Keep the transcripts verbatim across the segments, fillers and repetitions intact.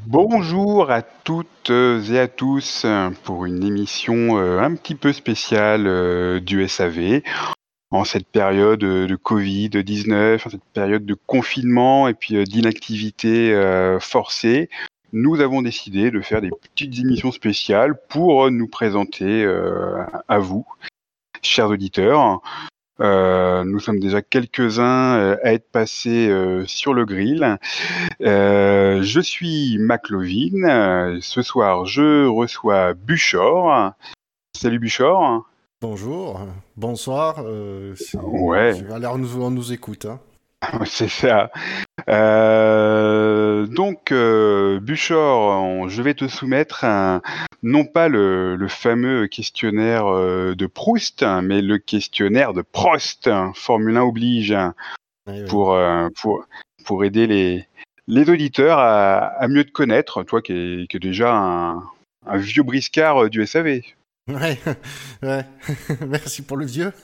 Bonjour à toutes et à tous pour une émission euh, un petit peu spéciale euh, du S A V en cette période euh, de covid dix-neuf, en cette période de confinement et puis euh, d'inactivité euh, forcée. Nous avons décidé de faire des petites émissions spéciales pour nous présenter euh, à vous, chers auditeurs. Euh, nous sommes déjà quelques-uns euh, à être passés euh, sur le grill. Euh, je suis McLovin. Euh, ce soir, je reçois Buchor. Salut Buchor. Bonjour, bonsoir, euh, c'est... Ouais, alors nous, on nous écoute. Hein. c'est ça. Euh, donc, euh, Buchor, on- je vais te soumettre un- non pas le, le fameux questionnaire euh, de Proust, hein, mais le questionnaire de Prost, hein, Formule un oblige, hein, Oui, oui. pour, euh, pour, pour aider les, les auditeurs à, à mieux te connaître, toi qui es, qui es déjà un, un vieux briscard euh, du S A V. Ouais, ouais. Merci pour le vieux.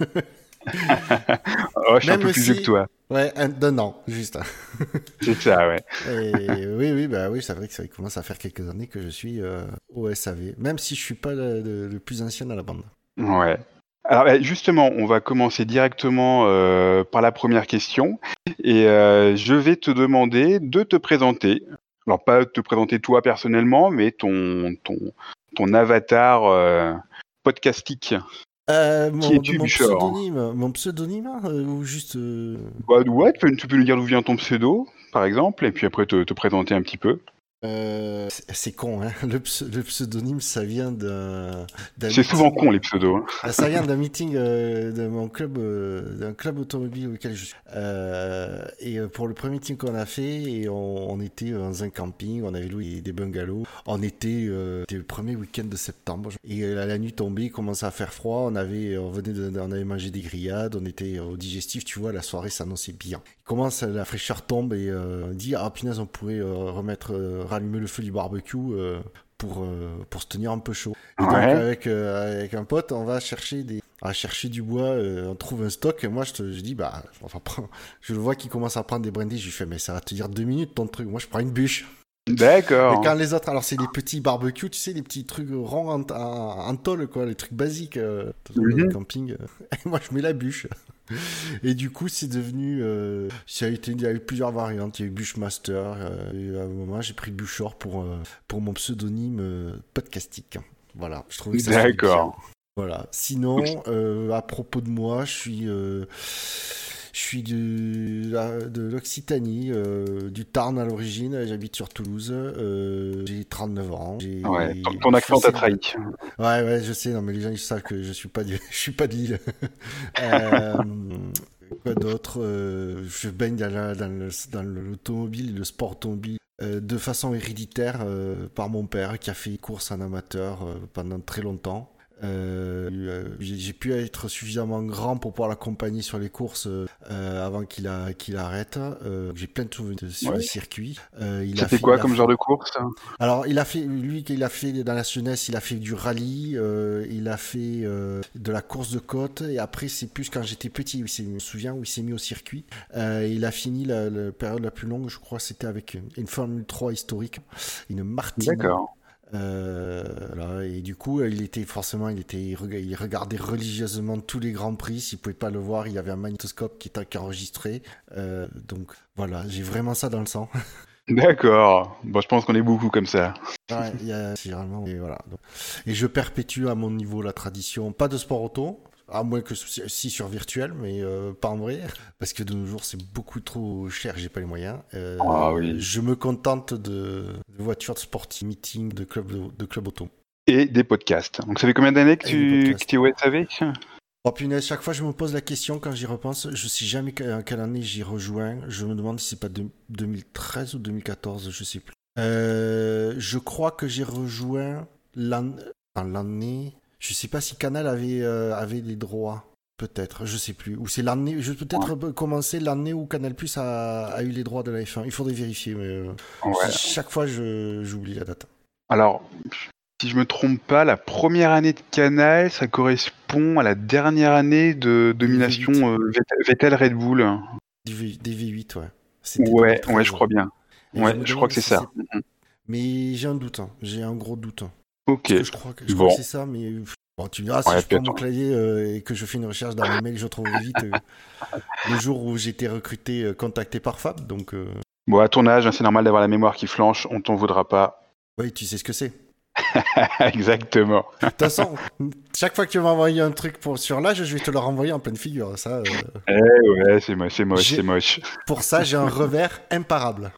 Oh, je suis un peu Même plus vieux que si, toi. ouais, un, d'un an, juste. C'est ça, ouais. Et oui, oui, bah oui, c'est vrai que ça commence à faire quelques années que je suis euh, au S A V, même si je suis pas le, le- le plus ancien à la bande. Ouais. Alors bah, justement, on va commencer directement euh, par la première question et euh, je vais te demander de te présenter. Alors pas te présenter toi personnellement, mais ton ton ton avatar euh, podcastique. Euh, Qui mon, de es-tu, mon Buchor? pseudonyme, mon pseudonyme, euh, ou juste. euh, Bah ouais, tu peux, tu peux nous dire d'où vient ton pseudo, par exemple, et puis après te, te présenter un petit peu. euh, c'est c'est con, hein. Le, ps- le pseudonyme, ça vient d'un d'un C'est souvent meeting. con les pseudos. Hein. Ah, ça vient d'un meeting euh, de mon club, euh, d'un club automobile auquel je suis. Euh, et euh, pour le premier meeting qu'on a fait, et on, on était dans un camping, on avait loué des bungalows. On était, euh, c'était le premier week-end de septembre. Et euh, la nuit tombée, il commençait à faire froid. On avait, on venait de, on avait mangé des grillades, on était au digestif, tu vois, la soirée s'annonçait bien. Il commence, la fraîcheur tombe et euh, on dit, ah punaise, on pourrait euh, remettre, euh, rallumer le feu du barbecue. Euh, pour, euh, pour se tenir un peu chaud. Et donc Ouais. avec, euh, avec un pote, on va chercher des, on va chercher du bois, euh, on trouve un stock. Et moi, je te je dis, bah, on va prendre... je le vois qu'il commence à prendre des brindilles. Je lui fais, mais ça va te dire deux minutes ton truc. Moi, je prends une bûche. Et D'accord. quand les autres, alors c'est des petits barbecues, tu sais, les petits trucs ronds en, en, en tôle, quoi, les trucs basiques, euh, de toute façon, dans les Mhm. campings. Et moi, je mets la bûche. Et du coup, c'est devenu, euh, ça a été, il y a eu plusieurs variantes. Il y a eu Bushmaster. Euh, et à un moment, j'ai pris Buchor pour, euh, pour mon pseudonyme euh, podcastique. Voilà, je trouvais que ça sonnait bien. D'accord. Voilà. Sinon, euh, à propos de moi, je suis, euh, je suis de, la- de l'Occitanie, euh, du Tarn à l'origine. J'habite sur Toulouse. Euh, j'ai trente-neuf ans. Ouais. Ton, J'ai, ton je suis accent t'a trahi. célibataire. Ouais, ouais, je sais. Non, mais les gens ils savent que je suis pas, du- je suis pas de l'île. Euh, quoi d'autre? Euh, je baigne dans, la- dans le- dans l'automobile et le sport automobile euh, de façon héréditaire euh, par mon père qui a fait course en amateur euh, pendant très longtemps. Euh, euh, j'ai j'ai pu être suffisamment grand pour pouvoir l'accompagner sur les courses euh, euh, avant qu'il a- qu'il arrête. Euh, j'ai plein de souvenirs sur les Ouais. circuits. Euh, il a C'était fait, quoi il a comme fait, genre de course? alors, il a fait, lui, qu'il a fait dans la jeunesse, il a fait du rallye, euh, il a fait euh, de la course de côte, et après, c'est plus quand j'étais petit, il s'est- je me souviens, où il s'est mis au circuit. Euh, il a fini la, la période la plus longue, je crois, c'était avec une, une Formule trois historique, une Martini. D'accord. Euh, voilà, et du coup, il était forcément, il était, il rega- il regardait religieusement tous les grands prix. S'il pouvait pas le voir, il y avait un magnétoscope qui était qui enregistré. Euh, donc voilà, j'ai vraiment ça dans le sang. D'accord. Bon, je pense qu'on est beaucoup comme ça. Ouais, il y a généralement. Et voilà. Donc- et je perpétue à mon niveau la tradition. Pas de sport auto, à moins que ce- si sur virtuel, mais euh, pas en vrai, parce que de nos jours c'est beaucoup trop cher, j'ai pas les moyens. Ah Euh, oui. je me contente de, de voitures de sportive, meeting, de club de, de club auto Et des podcasts. Donc ça fait combien d'années que et des tu que podcasts. tu es au S A V? Oh punaise, chaque fois je me pose la question quand j'y repense, je sais jamais que- en quelle année j'y rejoins. Je me demande si c'est pas de- deux mille treize ou deux mille quatorze, je sais plus. Euh, je crois que j'ai rejoint l'an- dans l'année. Je sais pas si Canal avait, euh, avait les droits. Peut-être, je sais plus. Ou c'est l'année. Je peux Ouais. peut-être commencer l'année où Canal Plus a, a eu les droits de la F un. Il faudrait vérifier, mais euh, Ouais. chaque fois je, j'oublie la date. Alors, si je me trompe pas, la première année de Canal, ça correspond à la dernière année de Des V huit. domination euh, Vettel Vettel Red Bull. Des, V- des V huit, ouais. C'était Ouais, ouais, je deux mille treize. crois bien. Et je Ouais, me je crois demande que c'est si ça. c'est Mais j'ai un doute, hein. J'ai un gros doute. Hein. Ok. Parce que je crois que, je Bon. crois que c'est ça, mais bon, tu me diras, si Ouais, je prends peut-être. mon clavier euh, et que je fais une recherche dans mes mails, je trouverai vite euh, le jour où j'ai été recruté, euh, contacté par Fab. Donc, euh, Bon, à ton âge, hein, c'est normal d'avoir la mémoire qui flanche, on t'en voudra pas. oui, tu sais ce que c'est. Exactement. De toute façon, chaque fois que tu vas m'envoyer un truc pour, sur l'âge, je vais te le renvoyer en pleine figure. Ça, euh, Eh ouais, c'est moche, c'est moche, j'ai- c'est moche. pour ça, j'ai un revers imparable.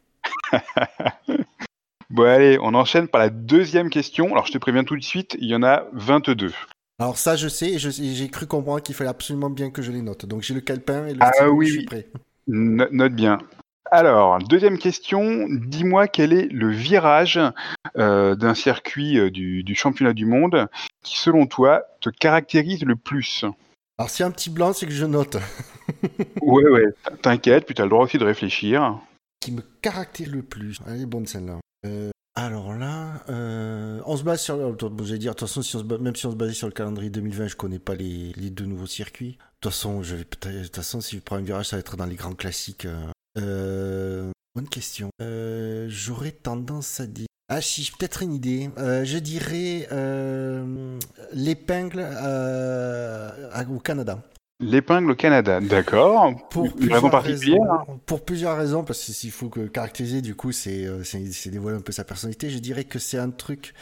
Bon, allez, on enchaîne par la deuxième question. Alors, je te préviens tout de suite, il y en a vingt-deux. Alors ça, je sais, et je- et j'ai cru comprendre qu'il fallait absolument bien que je les note. Donc j'ai le calepin et le Ah stylo, oui, je suis oui. prêt. No- note bien. Alors, deuxième question, dis-moi quel est le virage euh, d'un circuit euh, du, du championnat du monde qui, selon toi, te caractérise le plus? Alors s'il y a un petit blanc, c'est que je note. Ouais, ouais, t'inquiète, puis t'as le droit aussi de réfléchir. Qui me caractérise le plus. Elle est bonne celle-là. Euh, alors là, euh, on se base sur. Bon, j'allais dire, de toute façon, si on se base- même si on se basait sur le calendrier deux mille vingt, je connais pas les, les deux nouveaux circuits. De toute façon, je vais peut-être. De toute façon, si je prends un virage, ça va être dans les grands classiques. euh. Euh, bonne question. Euh, j'aurais tendance à dire. Ah si, j'ai peut-être une idée. Euh, je dirais euh, l'épingle euh, à- au Canada. L'épingle au Canada, d'accord. Pour Une raison plusieurs particulière? raisons. Pour plusieurs raisons, parce que s'il faut que caractériser, du coup, c'est euh, c'est c'est dévoiler un peu sa personnalité. Je dirais que c'est un truc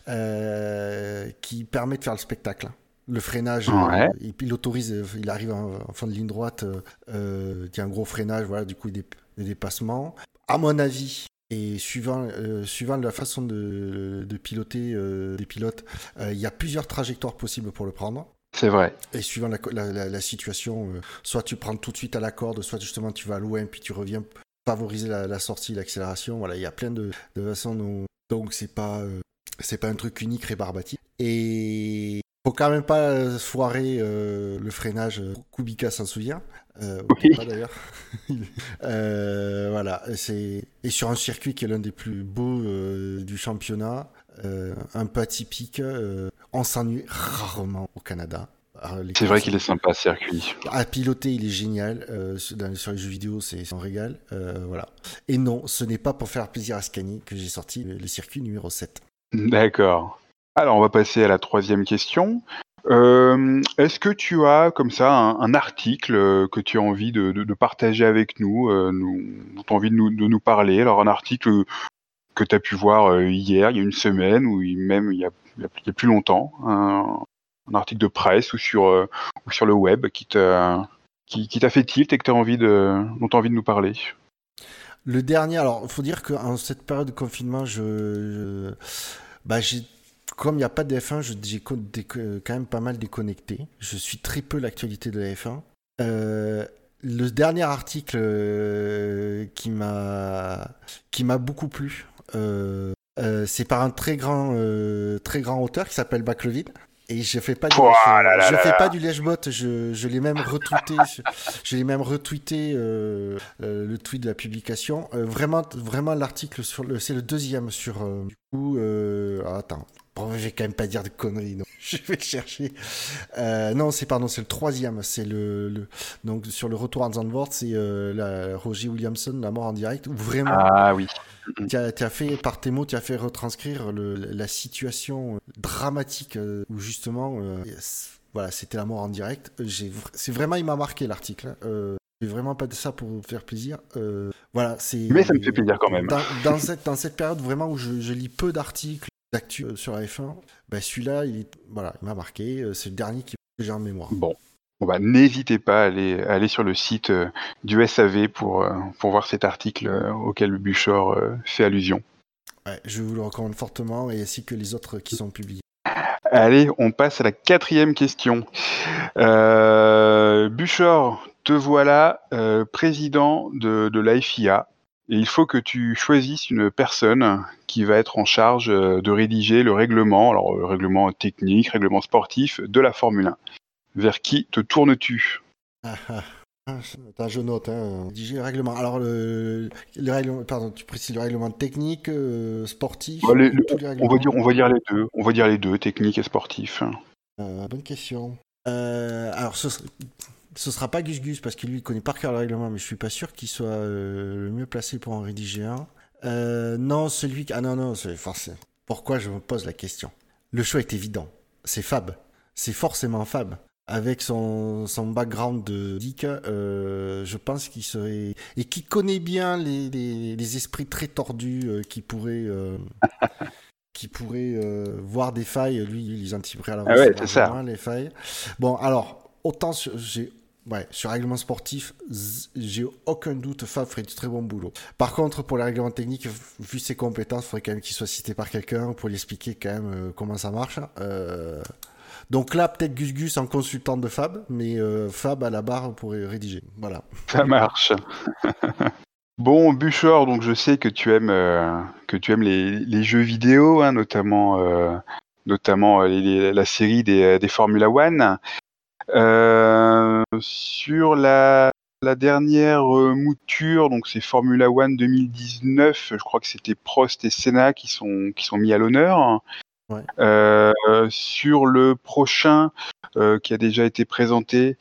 euh, qui permet de faire le spectacle. Le freinage, Ouais, euh, il, il autorise, euh, il arrive en, en fin de ligne droite, euh, euh, il y a un gros freinage, voilà, du coup, des, des dépassements. À mon avis, et suivant, euh, suivant la façon de, de piloter euh, des pilotes, euh, il y a plusieurs trajectoires possibles pour le prendre. c'est vrai. Et suivant la, la, la, la situation, euh, soit tu prends tout de suite à la corde, soit justement tu vas loin, puis tu reviens favoriser la, la sortie, l'accélération. Voilà, il y a plein de, de façons dont, donc c'est pas euh, c'est pas un truc unique rébarbatif. Et faut quand même pas euh, foirer euh, le freinage. Kubica s'en souvient, euh, ou Oui. peut-être pas d'ailleurs. euh, voilà, c'est et sur un circuit qui est l'un des plus beaux euh, du championnat, euh, un peu atypique. Euh, on s'ennuie rarement au Canada. Alors, les C'est vrai courses, qu'il est sympa ce circuit. à piloter, il est génial. Euh, sur, dans- sur les jeux vidéo, c'est c'est un régal. Euh, voilà. Et non, ce n'est pas pour faire plaisir à Scani que j'ai sorti le, le circuit numéro sept. D'accord. Alors, on va passer à la troisième question. Euh, est-ce que tu as comme ça un, un article euh, que tu as envie de, de- de partager avec nous, euh, nous dont tu as envie de nous, de nous parler? Alors, un article que tu as pu voir euh, hier, il y a une semaine, ou même il y a, il y a- il y a plus longtemps, un, un article de presse ou sur, euh, ou sur le web qui t'a qui, qui t'a fait tilt et que t'as envie de, dont tu as envie de nous parler. Le dernier, alors, il faut dire qu'en cette période de confinement, je, je- bah, j'ai, comme il n'y a pas de F un, je- j'ai co- déco- quand même pas mal déconnecté. Je suis très peu l'actualité de la F un. Euh, le dernier article euh, qui m'a qui m'a beaucoup plu, euh, euh, c'est par un très grand euh, très grand auteur qui s'appelle Baclevin. Et je fais pas du Pouah, lèche, là, là, je là, fais là. pas du lèche-bot, je, je l'ai même retweeté, je, je l'ai même retweeté euh, euh, le tweet de la publication. Euh, vraiment, vraiment l'article sur le, c'est le deuxième sur. Euh, du coup, euh, ah, attends, bon, je vais quand même pas dire de conneries, non. Je vais chercher. Euh, non, c'est pardon, c'est le troisième, c'est le, le donc sur le retour à Zandvoort, c'est euh, la, Roger Williamson, la mort en direct. Où vraiment, Ah oui. tu as, tu as fait, par tes mots, tu as fait retranscrire le, la situation dramatique euh, où justement, euh, voilà, c'était la mort en direct. J'ai, c'est vraiment, il m'a marqué l'article. Euh, j'ai vraiment pas de ça pour faire plaisir. Euh, voilà, c'est. Mais ça me fait plaisir quand même. Dans, dans, cette, dans cette période vraiment où je, je lis peu d'articles d'actu sur la F un, ben celui-là, il, est, voilà, il m'a marqué. C'est le dernier que j'ai en mémoire. Bon. Bon bah, n'hésitez pas à aller, à aller sur le site euh, du S A V pour, euh, pour voir cet article euh, auquel Buchor euh, fait allusion. Ouais, je vous le recommande fortement, et ainsi que les autres qui sont publiés. Allez, on passe à la quatrième question. Euh, Buchor, te voilà euh, président de, de l'A F I A, et il faut que tu choisisses une personne qui va être en charge euh, de rédiger le règlement, alors le règlement technique, règlement sportif de la Formule un. Vers qui te tournes-tu? Ah, ah. Ah, attends, je note, hein. Rédiger le règlement. Alors, le, le règlement, pardon, tu précises le règlement technique, euh, sportif, Bah, les- ou le- tous les on va règlements? dire, on va dire les deux. On va dire les deux, technique et sportif. Euh, bonne question. Euh, alors, ce, sera- ce sera pas Gus Gus, parce que lui, il connaît par cœur le règlement, mais je suis pas sûr qu'il soit euh, le mieux placé pour en rédiger un. Euh, non, celui... Ah non, non, c'est forcément... Pourquoi je me pose la question? Le choix est évident. C'est Fab. C'est forcément Fab. Avec son, son background de geek, euh, je pense qu'il serait... Et qui connaît bien les, les, les esprits très tordus euh, qui pourraient... Euh, qui pourraient euh, voir des failles. Lui, il les anticiperait à Ah l'avance ouais, c'est ça. largement, les failles. Bon, alors, autant sur, j'ai... Ouais, sur règlement sportif, z- j'ai aucun doute, Fab ferait du très bon boulot. Par contre, pour les règlements techniques, vu ses compétences, il faudrait quand même qu'il soit cité par quelqu'un pour lui expliquer quand même euh, comment ça marche. Euh... Donc là, peut-être Gus Gus en consultant de Fab, mais euh, Fab à la barre pour rédiger. Voilà. Ça marche. Bon, Buchor, donc je sais que tu aimes euh, que tu aimes les, les jeux vidéo, hein, notamment euh, notamment euh, les- les- la série des, des Formula One. Euh, sur la la dernière euh, mouture, donc c'est Formula One deux mille dix-neuf, je crois que c'était Prost et Senna qui sont qui sont mis à l'honneur. Ouais. Euh, sur le prochain euh, qui a déjà été présenté,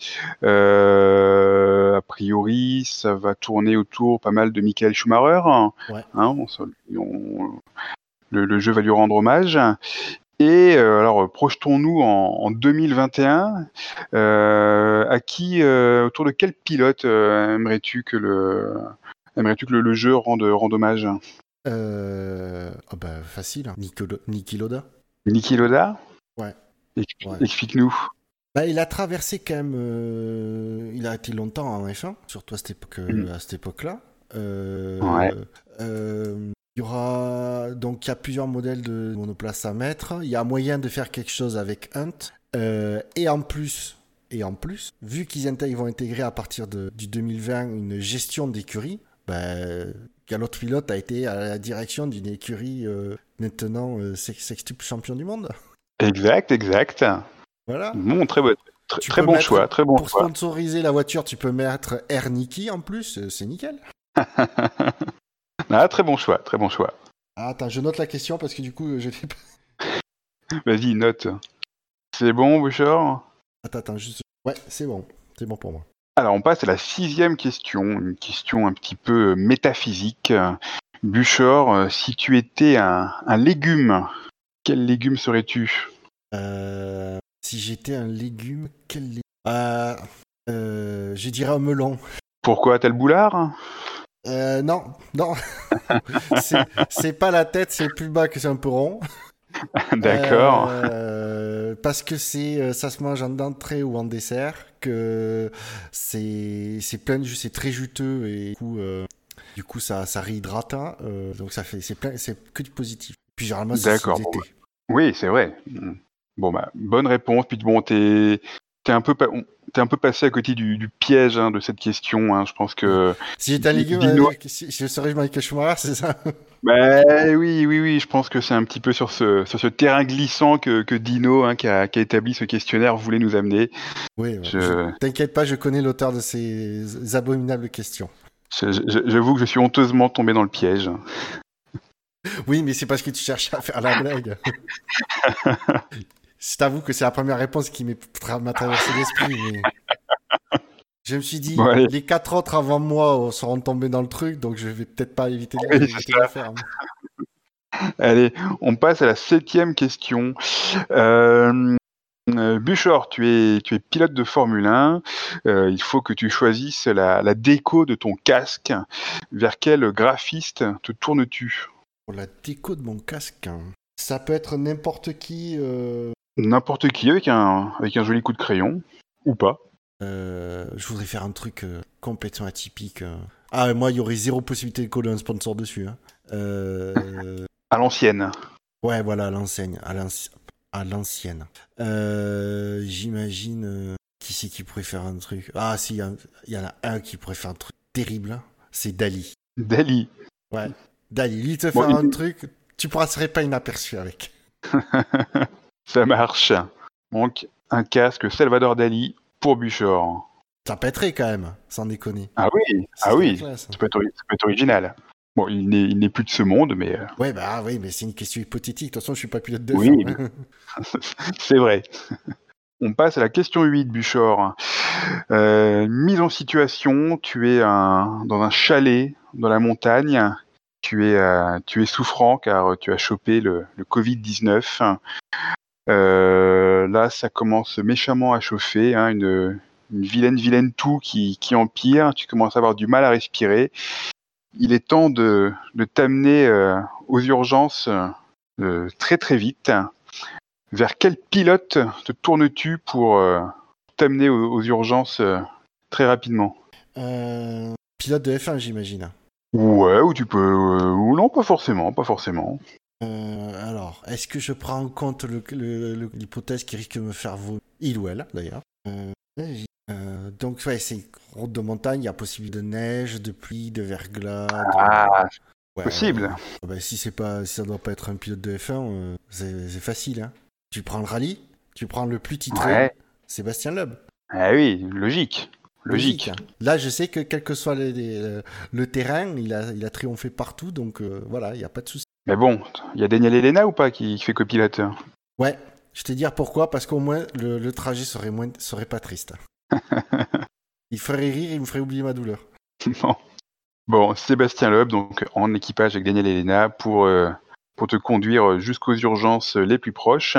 euh, a priori, ça va tourner autour pas mal de Michael Schumacher. Ouais. Hein, on, ça- on- le, le jeu va lui rendre hommage. Et euh, alors, projetons-nous en, en deux mille vingt et un. Euh, à qui, euh, autour de quel pilote euh, aimerais-tu que le aimerais-tu que le, le jeu rende, rende hommage? Euh... Ah bah, facile. Hein. Nicolo- Niki Loda. Niki Loda? Ouais. Expli- Ouais. Explique-nous. Bah, il a traversé quand même. euh, Il a été longtemps en F un, surtout à cette, époque, Mm. à cette époque-là. Euh, Ouais. euh, Il y aura donc il y a plusieurs modèles de monoplace à mettre. Il y a moyen de faire quelque chose avec Hunt. Euh, et en plus, et en plus, vu qu'ils intègrent- ils vont intégrer à partir de, du deux mille vingt une gestion d'écurie, bah, l'autre pilote a été à la direction d'une écurie euh, maintenant euh, sex- sextuple champion du monde. Exact, exact. Voilà. Bon, très bon, très, Tu très peux bon mettre, choix, très bon pour choix. sponsoriser la voiture, tu peux mettre Air Niki en plus, euh, c'est nickel. Ah, très bon choix, très bon choix. Ah, attends, je note la question parce que du coup, je l'ai pas. Vas-y, note. C'est bon, Bouchard? Attends, attends, juste. Ouais, c'est bon, c'est bon pour moi. Alors, on passe à la sixième question, une question un petit peu euh, métaphysique. Bouchard, euh, si tu étais un, un légume, quel légume serais-tu? Euh, si j'étais un légume, quel légume euh, euh, Je dirais un melon. Pourquoi t'as le boulard? Euh, non, non. c'est, c'est pas la tête, c'est plus bas que c'est un peu rond. D'accord. Euh, parce que c'est, euh, ça se mange en entrée ou en dessert, que c'est, c'est plein de jus, c'est très juteux et du coup, euh, du coup ça, ça réhydrate. Hein, euh, donc ça fait, c'est plein, c'est que du positif. Puis généralement c'est D'accord. l'été. Oui, c'est vrai. Bon, bah, bonne réponse. Puis bon, t'es, t'es un peu, pa- on- t'es un peu passé à côté du, du piège hein, de cette question. Hein. Je pense que Si j'étais un légume, Dino- euh, si je serais Michael Schumacher, c'est ça? Bah, oui, oui, oui. Je pense que c'est un petit peu sur ce, sur ce terrain glissant que, que Dino, hein, qui a, qui a établi ce questionnaire, voulait nous amener. Oui, ouais. Je- Je- t'inquiète pas, je connais l'auteur de ces abominables questions. Je- je- J'avoue que je suis honteusement tombé dans le piège. Oui, mais c'est parce que tu cherches à faire la blague. Je t'avoue que c'est la première réponse qui m'est tra- m'a traversé l'esprit. Mais... Je me suis dit, Bon, allez. les quatre autres avant moi seront tombés dans le truc, donc je vais peut-être pas éviter de, Oui, c'est éviter de le faire. Allez, on passe à la septième question. Euh, euh, Buchor, tu es, tu es pilote de Formule un. Euh, il faut que tu choisisses la, la déco de ton casque. Vers quel graphiste te tournes-tu? Pour la déco de mon casque, hein. Ça peut être n'importe qui. euh, N'importe qui avec un, avec un joli coup de crayon. Ou pas. euh, je voudrais faire un truc euh, complètement atypique. euh. Ah, moi, il y aurait zéro possibilité de coller un sponsor dessus. Hein. Euh, À l'ancienne. Ouais, voilà, à l'enseigne. À l'anci- à l'ancienne. Euh, J'imagine. euh, Qui c'est qui pourrait faire un truc? Ah, si, il y, a- il y en a un qui pourrait faire un truc terrible. Hein. C'est Dali. Dali. Ouais. Dali, lui, te Bon, faire il- un truc, tu passerais pas inaperçu avec. Ça marche. Donc, un casque Salvador Dali pour Buchor. Ça pèterait quand même, sans déconner. Ah oui, C'est ah très oui. classe. Ça peut être, ori- ça peut être original. Bon, il n'est, il n'est plus de ce monde, mais euh, Ouais, bah oui, mais c'est une question hypothétique. De toute façon, je suis pas pilote de Oui. F un, hein. c'est vrai. On passe à la question huit, Buchor. Euh, mise en situation, tu es un- dans un chalet dans la montagne. tu es, euh, tu es souffrant car tu as chopé le, le covid dix-neuf. Euh, là, ça commence méchamment à chauffer, hein, une, une vilaine, vilaine toux qui, qui empire. Tu commences à avoir du mal à respirer. Il est temps de, de t'amener euh, aux urgences euh, très, très vite. Vers quel pilote te tournes-tu pour euh, t'amener aux, aux urgences euh, très rapidement? Euh, pilote de F un, j'imagine. Ouais, ou tu peux... Euh, ou non, pas forcément, pas forcément. Euh, alors, est-ce que je prends en compte le, le, le, l'hypothèse qui risque de me faire vomir? Il ou elle, d'ailleurs. Euh, euh, donc, ouais, c'est route de montagne, il y a possibilité de neige, de pluie, de verglas. De... Ah, ouais, possible. Euh, bah, si, c'est pas, si ça doit pas être un pilote de F un, euh, c'est, c'est facile. Hein. Tu prends le rallye, tu prends le plus titré, Ouais. Sébastien Loeb. Ah oui, logique. Logique. Logique. Hein. Là, je sais que quel que soit les, les, le, le terrain, il a, il a triomphé partout, donc euh, voilà, il n'y a pas de souci. Mais bon, il y a Daniel Elena ou pas qui, qui fait copilote? Ouais, je te dire pourquoi, parce qu'au moins le, le trajet serait, moins, serait pas triste. Il ferait rire et il me ferait oublier ma douleur. Bon. Bon, Sébastien Loeb, donc en équipage avec Daniel Elena pour, euh, pour te conduire jusqu'aux urgences les plus proches.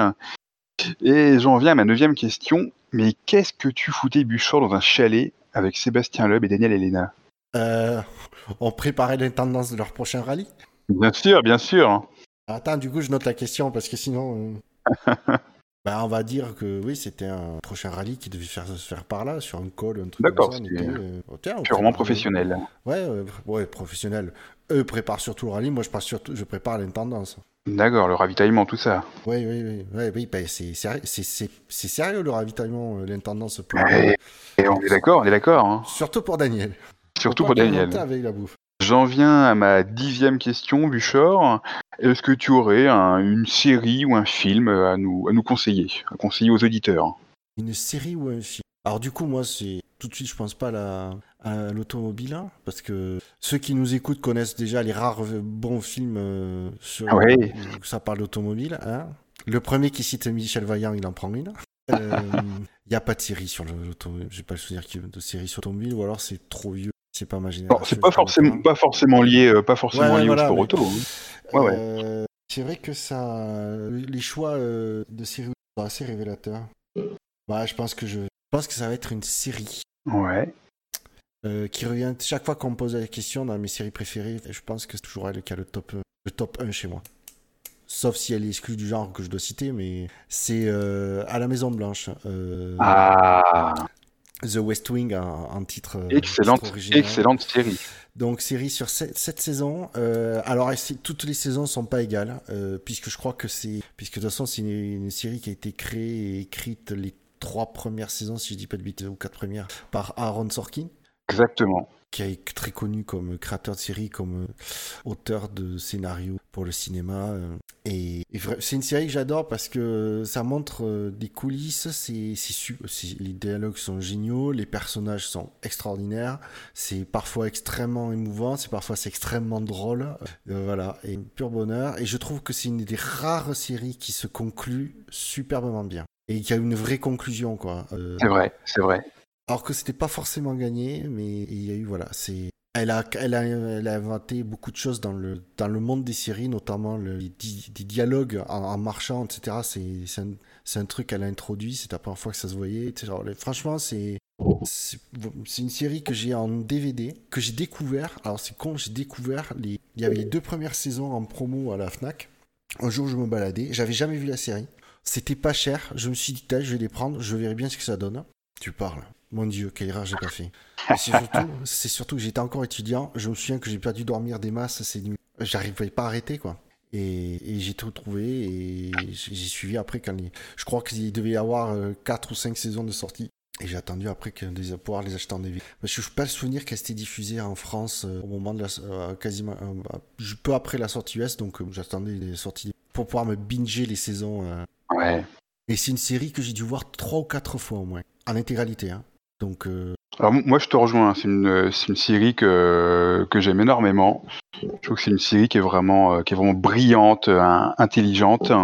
Et j'en viens à ma neuvième question. Mais qu'est-ce que tu foutais, Buchor, dans un chalet avec Sébastien Loeb et Daniel Elena? euh, On préparait l'intendance de leur prochain rallye. Bien sûr, bien sûr. Attends, du coup, je note la question parce que sinon. Euh... bah, on va dire que oui, c'était un prochain rallye qui devait faire, se faire par là, sur un col, un truc D'accord, comme ça. c'est euh... oh, tiens, purement prépare, professionnel. Ouais, euh, ouais, professionnel. Eux préparent surtout le rallye, moi je, passe surtout, je prépare l'intendance. D'accord, le ravitaillement, tout ça. Oui, oui, oui. Ouais, oui bah, c'est, c'est, c'est, c'est sérieux le ravitaillement, euh, l'intendance. Pour, et, et on est d'accord, on est d'accord. Hein. Surtout pour Daniel. Surtout pour, pour Daniel. Avec la bouffe. J'en viens à ma dixième question, Buchor. Est-ce que tu aurais un, une série ou un film à nous, à nous conseiller, à conseiller aux auditeurs? Une série ou un film? Alors du coup, moi, c'est tout de suite, je pense pas à, la, à l'automobile, hein, parce que ceux qui nous écoutent connaissent déjà les rares bons films euh, sur ouais. euh, ça parle d'automobile. Hein. Le premier qui cite Michel Vaillant, il en prend une. Il euh, n'y a pas de série sur l'automobile. J'ai pas le souvenir qu'il y ait de série sur l'automobile, ou alors c'est trop vieux. C'est pas ma génération. Bon, c'est pas forcément, pas forcément lié, euh, pas forcément ouais, ouais, lié voilà, au sport mais, auto. Hein. Ouais, euh, ouais. C'est vrai que ça, les choix euh, de séries sont assez révélateurs. Bah, je pense que je, je pense que ça va être une série. Ouais. Euh, qui revient chaque fois qu'on me pose la question dans mes séries préférées. Je pense que c'est toujours elle qui a le top, le top un chez moi. Sauf si elle est exclue du genre que je dois citer, mais c'est euh, À la Maison Blanche. Euh, ah. The West Wing en, en titre, excellente, titre original. Excellente série. Donc série sur sept saisons. Euh, alors toutes les saisons sont pas égales, euh, puisque je crois que c'est, puisque de toute façon c'est une, une série qui a été créée et écrite les trois premières saisons, si je dis pas de bêtises, ou quatre premières, par Aaron Sorkin. Exactement. Qui est très connu comme créateur de série, comme auteur de scénarios pour le cinéma. Et, et c'est une série que j'adore parce que ça montre des coulisses, c'est, c'est, c'est, les dialogues sont géniaux, les personnages sont extraordinaires, c'est parfois extrêmement émouvant, c'est parfois c'est extrêmement drôle. Euh, voilà, et pur bonheur. Et je trouve que c'est une des rares séries qui se conclut superbement bien. Et qui a une vraie conclusion, quoi. Euh, c'est vrai, c'est vrai. Alors que c'était pas forcément gagné, mais il y a eu, voilà, c'est... Elle a, elle, a, elle a inventé beaucoup de choses dans le, dans le monde des séries, notamment le, les, di, des dialogues en, en marchant, et cetera. C'est, c'est, un, c'est un truc qu'elle a introduit, c'est la première fois que ça se voyait. Et cetera. Franchement, c'est, c'est, c'est une série que j'ai en D V D, que j'ai découvert. Alors c'est con, j'ai découvert, les, il y avait les deux premières saisons en promo à la Fnac. Un jour, je me baladais, j'avais jamais vu la série. C'était pas cher, je me suis dit, je vais les prendre, je verrai bien ce que ça donne. Tu parles. Mon Dieu, quelle erreur j'ai pas fait. Et c'est surtout, c'est surtout que j'étais encore étudiant. Je me souviens que j'ai pas dû dormir des masses ces nuits. J'arrivais pas à arrêter, quoi. Et, et j'ai tout trouvé et j'ai suivi après quand les... Je crois qu'il devait y avoir quatre ou cinq saisons de sortie. Et j'ai attendu après que de pouvoir les acheter en D V D. Parce que je n'ai pas le souvenir qu'elle s'était diffusée en France euh, au moment de la... Euh, quasiment... Euh, peu après la sortie U S, donc euh, j'attendais les sorties pour pouvoir me binger les saisons. Euh. Ouais. Et c'est une série que j'ai dû voir trois ou quatre fois au moins. En intégralité, hein. Donc, euh... Alors moi je te rejoins, c'est une, c'est une série que, que j'aime énormément. Je trouve que c'est une série qui est vraiment, qui est vraiment brillante, hein, intelligente.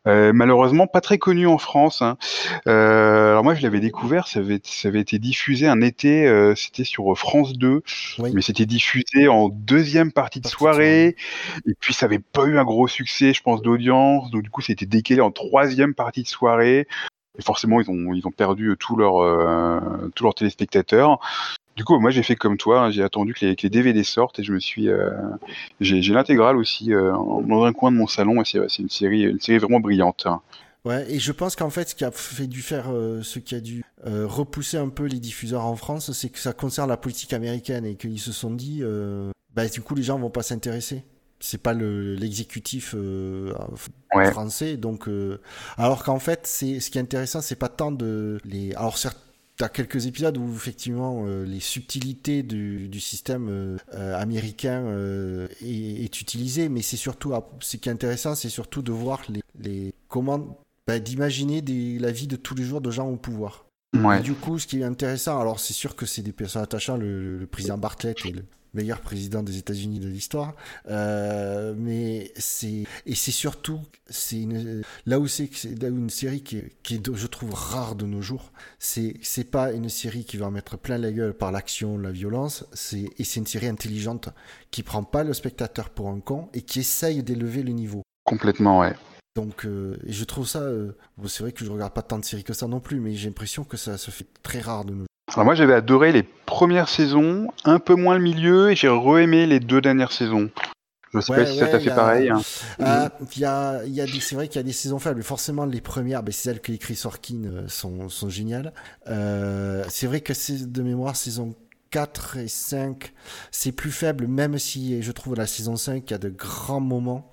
Euh, malheureusement, pas très connu en France. Hein. Euh, alors moi, je l'avais découvert, ça avait, ça avait été diffusé un été, euh, c'était sur France deux, Oui, mais c'était diffusé en deuxième partie de partie de soirée. soirée, et puis ça avait pas eu un gros succès, je pense, d'audience, donc du coup, c'était décalé en troisième partie de soirée, et forcément, ils ont, ils ont perdu tous leurs, euh, tous leurs téléspectateurs. Du coup, moi, j'ai fait comme toi, hein, j'ai attendu que les, que les D V D sortent, et je me suis, euh, j'ai, j'ai l'intégrale aussi euh, dans un coin de mon salon, et c'est, c'est une série, une série vraiment brillante. Hein. Ouais, et je pense qu'en fait, ce qui a fait du faire, euh, ce qui a dû euh, repousser un peu les diffuseurs en France, c'est que ça concerne la politique américaine et qu'ils se sont dit, euh, bah du coup, les gens vont pas s'intéresser. C'est pas le l'exécutif euh, Ouais. français, donc euh, alors qu'en fait, c'est ce qui est intéressant, c'est pas tant de les. Alors certes, t'as quelques épisodes où effectivement euh, les subtilités du, du système euh, euh, américain euh, est, est utilisé, mais c'est surtout ce qui est intéressant, c'est surtout de voir les, les comment bah, d'imaginer des, la vie de tous les jours de gens au pouvoir. Et Ouais. du coup, ce qui est intéressant, alors c'est sûr que c'est des personnes attachants, le, le président Bartlett est le meilleur président des États-Unis de l'histoire, euh, mais c'est et c'est surtout c'est une, là où c'est c'est là où une série qui est, qui est, je trouve rare de nos jours. C'est c'est pas une série qui va en mettre plein la gueule par l'action, la violence. C'est et c'est une série intelligente qui prend pas le spectateur pour un con et qui essaye d'élever le niveau. Complètement, ouais. Donc, euh, et je trouve ça. Euh, bon, c'est vrai que je regarde pas tant de séries que ça non plus, mais j'ai l'impression que ça se fait très rare de nos jours. Alors moi, j'avais adoré les premières saisons, un peu moins le milieu, et j'ai re-aimé les deux dernières saisons. Je sais pas Ouais, si ça t'a ouais, il y fait a, pareil. Hein. ah, y a, y a des, c'est vrai qu'il y a des saisons faibles. Forcément, les premières, ben, c'est celles que écrit Sorkin euh, sont, sont géniales. Euh, c'est vrai que c'est de mémoire saison quatre et cinq, c'est plus faible, même si je trouve la saison cinq, il y a de grands moments.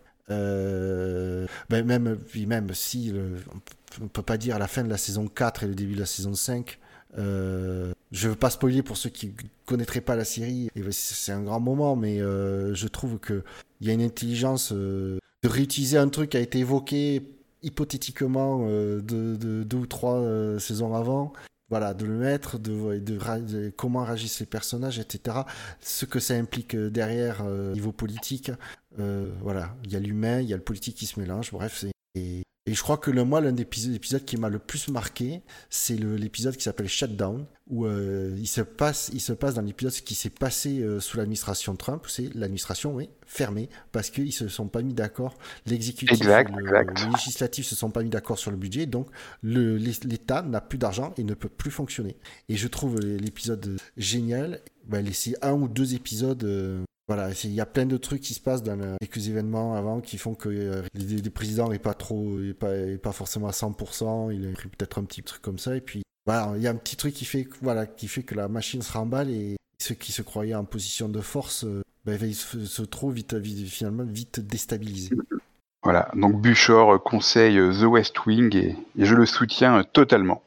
Euh, ben même, puis même si le, on peut pas dire la fin de la saison quatre et le début de la saison cinq. Euh, je veux pas spoiler pour ceux qui connaîtraient pas la série. Et c'est un grand moment, mais euh, je trouve que il y a une intelligence euh, de réutiliser un truc qui a été évoqué hypothétiquement euh, de, de deux ou trois euh, saisons avant. Voilà, de le mettre, de, de, de comment réagissent les personnages, et cetera. Ce que ça implique derrière euh, niveau politique. Euh, voilà, il y a l'humain, il y a le politique qui se mélange. Bref, c'est et, et je crois que le, moi, l'un des épisodes qui m'a le plus marqué, c'est le, l'épisode qui s'appelle Shutdown, où euh, il, se passe, il se passe dans l'épisode ce qui s'est passé euh, sous l'administration Trump, c'est l'administration, oui, fermée, parce qu'ils se sont pas mis d'accord, l'exécutif Exact, et le, exact. le législatif se sont pas mis d'accord sur le budget, donc le, l'État n'a plus d'argent et ne peut plus fonctionner. Et je trouve l'épisode génial, bah, laisser un ou deux épisodes... Euh, voilà, il y a plein de trucs qui se passent dans le, quelques événements avant qui font que euh, les, les présidents n'est pas trop, est pas, est pas forcément à cent pour cent. Il a pris peut-être un petit truc comme ça et puis voilà, il y a un petit truc qui fait, voilà, qui fait que la machine se remballe et ceux qui se croyaient en position de force, euh, ben, ils se, se trouvent vite, vite, finalement vite déstabilisés. Voilà, donc Buchor conseille The West Wing et, et je le soutiens totalement.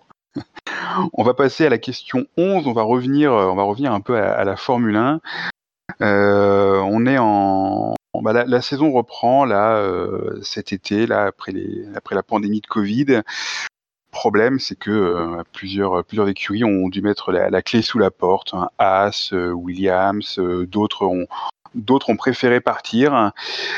On va passer à la question onze, on va revenir, on va revenir un peu à, à la Formule un. Euh, on est en, bah, la, la saison reprend là euh, cet été, là après les, après la pandémie de Covid. Le problème, c'est que euh, plusieurs, plusieurs écuries ont dû mettre la, la clé sous la porte. Hein. Haas, euh, Williams, euh, d'autres ont, d'autres ont préféré partir.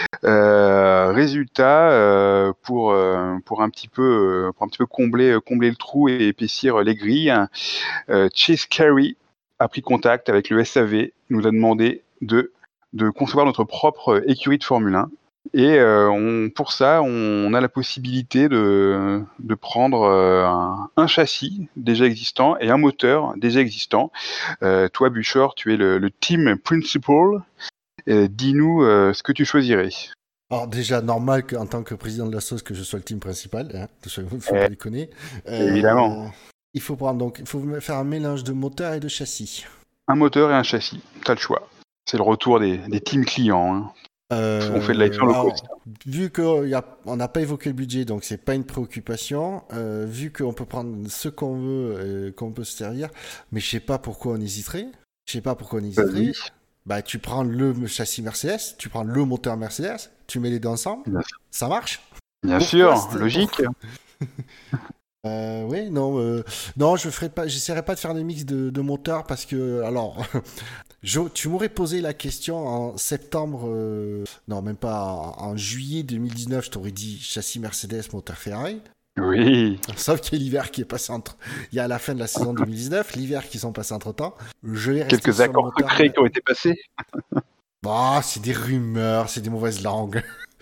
Euh, résultat, euh, pour euh, pour un petit peu, euh, pour un petit peu combler combler le trou et épaissir les grilles, euh, Chase Carey a pris contact avec le S A V, nous a demandé de, de concevoir notre propre écurie de Formule un. Et euh, on, pour ça, on, on a la possibilité de, de prendre euh, un, un châssis déjà existant et un moteur déjà existant. Euh, toi, Buchor, tu es le, le team principal. Euh, dis-nous euh, ce que tu choisirais. Alors déjà, normal qu'en tant que président de la sauce, que je sois le team principal, hein, il ne faut Eh, pas déconner. évidemment. Euh, il faut prendre donc, il faut faire un mélange de moteur et de châssis. Un moteur et un châssis, t'as le choix. C'est le retour des, des teams clients. Hein. On fait de la F un Euh, low alors, cost. vu qu'on n'a pas évoqué le budget, donc c'est pas une préoccupation. Euh, vu qu'on peut prendre ce qu'on veut, et qu'on peut se servir, mais je sais pas pourquoi on hésiterait. Je sais pas pourquoi on hésiterait. Vas-y. Bah, tu prends le châssis Mercedes, tu prends le moteur Mercedes, tu mets les deux ensemble, Bien, ça marche. bien Pourquoi sûr, c'est- logique. pourquoi Euh, oui, non, euh, non, je ferai pas, j'essaierai pas de faire des mix de, de moteurs parce que, alors, je- tu m'aurais posé la question en septembre, euh, non, même pas, en, en juillet deux mille dix-neuf, je t'aurais dit châssis Mercedes, moteur Ferrari. Oui, Sauf qu'il y a l'hiver qui est passé entre, il y a la fin de la saison deux mille dix-neuf, l'hiver qui sont passés entre temps. Je vais rester quelques sur le accords moteur. secrets qui ont été passés. Bah, c'est des rumeurs, c'est des mauvaises langues.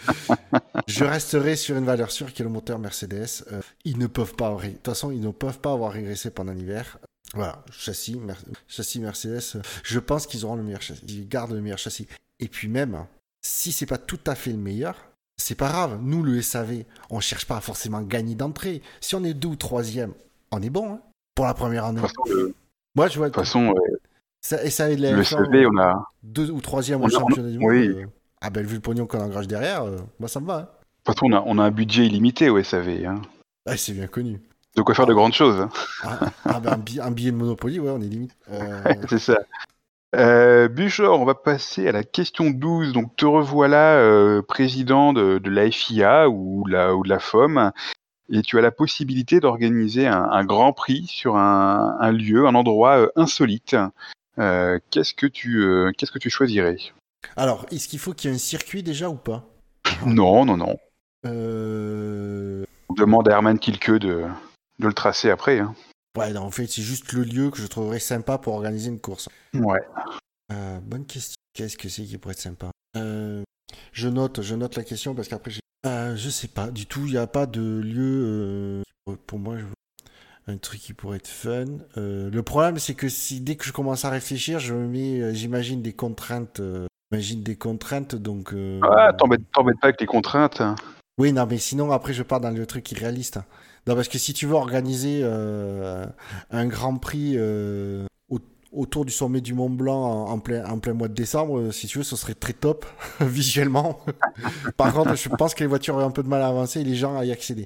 Je resterai sur une valeur sûre qui est le moteur Mercedes. Euh, ils ne peuvent pas, ré- de toute façon, ils ne peuvent pas avoir régressé pendant l'hiver. Voilà, châssis, Mer- châssis Mercedes. euh, Je pense qu'ils auront le meilleur châssis. Ils gardent le meilleur châssis. Et puis même, hein, si c'est pas tout à fait le meilleur, c'est pas grave. Nous, le S A V, on cherche pas à forcément gagner d'entrée. Si on est deux ou troisième, on est bon, hein, pour la première De année. toute façon, le, de Moi, je vois toute façon, euh, ça, S A V de la le F un, S A V, euh, on a, deux ou troisième au on a, on a- championnat du monde. oui. euh, ah ben, vu le pognon qu'on engage derrière, euh, moi ça me va. Hein. De toute façon, on a, on a un budget illimité au S A V. Hein. Ah, c'est bien connu. De quoi faire de Ah, grandes choses. Hein. ah, ah, ben, un, billet, un billet de Monopoly, ouais, on est limite. Euh, C'est ça. Euh, Buchor, on va passer à la question douze. Donc, te revoilà euh, président de, de la F I A ou, la, ou de la F O M, et tu as la possibilité d'organiser un, un grand prix sur un, un lieu, un endroit euh, insolite. Euh, qu'est-ce que tu, euh, qu'est-ce que tu choisirais? Alors, est-ce qu'il faut qu'il y ait un circuit déjà ou pas? Non, non, non. Euh, On demande à Herman Tilke de, de le tracer après. Hein. Ouais, non, en fait, c'est juste le lieu que je trouverais sympa pour organiser une course. Ouais. Euh, bonne question. Qu'est-ce que c'est qui pourrait être sympa? Euh, Je note, je note la question parce qu'après, j'ai... Euh, je sais pas du tout. Il n'y a pas de lieu euh, pour moi. Je... Un truc qui pourrait être fun. Euh, le problème, c'est que si dès que je commence à réfléchir, je me mets, euh, j'imagine des contraintes. euh, J'imagine des contraintes, donc. euh, Ah, t'embête, t'embête pas avec les contraintes. Hein. Oui, non, mais sinon, après, je pars dans le truc irréaliste. Hein. Non, parce que si tu veux organiser euh, un Grand Prix euh, au- autour du sommet du Mont Blanc en, en plein, en plein mois de décembre, euh, si tu veux, ce serait très top, visuellement. Par contre, je pense que les voitures auraient un peu de mal à avancer et les gens à y accéder.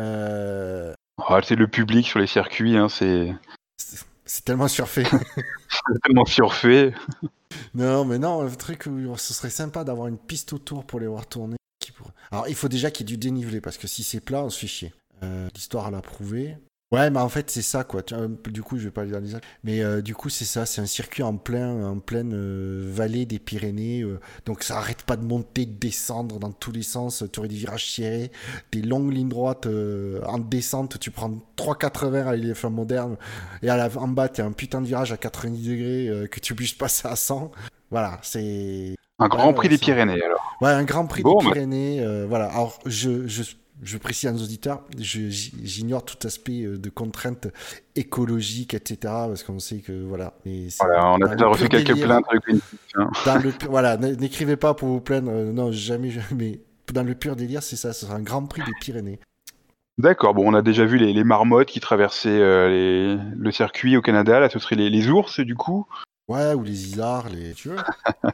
Euh, Ah, c'est le public sur les circuits, hein, c'est c'est c'est tellement surfait. tellement surfait. Non, mais non, le truc, où ce serait sympa d'avoir une piste autour pour les voir tourner. Qui pourrait- Alors, il faut déjà qu'il y ait du dénivelé, parce que si c'est plat, on se fait chier. Euh, L'histoire l'a prouvé. Ouais, mais en fait, c'est ça, quoi. Tu vois, du coup, je vais pas aller dans les... Mais euh, du coup, c'est ça, c'est un circuit en plein, en pleine euh, vallée des Pyrénées. euh, donc, ça arrête pas de monter, de descendre dans tous les sens. Tu aurais des virages serrés, des longues lignes droites euh, en descente. Tu prends trois cent quatre-vingts avec les F un modernes. Et à la, en bas, tu as un putain de virage à quatre-vingt-dix degrés euh, que tu puisses passer à cent. Voilà, c'est... Un Ouais, Grand ouais, Prix des c'est... Pyrénées, alors. Ouais, un Grand Prix Bon, des bah, Pyrénées. euh, voilà. Alors, je, je, je précise à nos auditeurs, je- j'ignore tout aspect euh, de contraintes écologiques, et cetera. Parce qu'on sait que, voilà. Mais c'est voilà, on a dans déjà le reçu pur quelques délire. plaintes avec Greenpeace. Hein. Dans le, pu- voilà, n- n'écrivez pas pour vous plaindre. euh, non, jamais, jamais. Mais dans le pur délire, c'est ça. Ce sera un Grand Prix des Pyrénées. D'accord, bon, on a déjà vu les, les marmottes qui traversaient euh, les- le circuit au Canada, là, ce serait les, les ours, du coup. Ouais, ou les isards, les. Tu veux?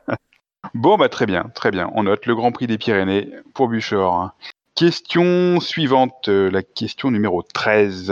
Bon, bah très bien, très bien. On note le Grand Prix des Pyrénées pour Buchor. Question suivante, euh, la question numéro treize.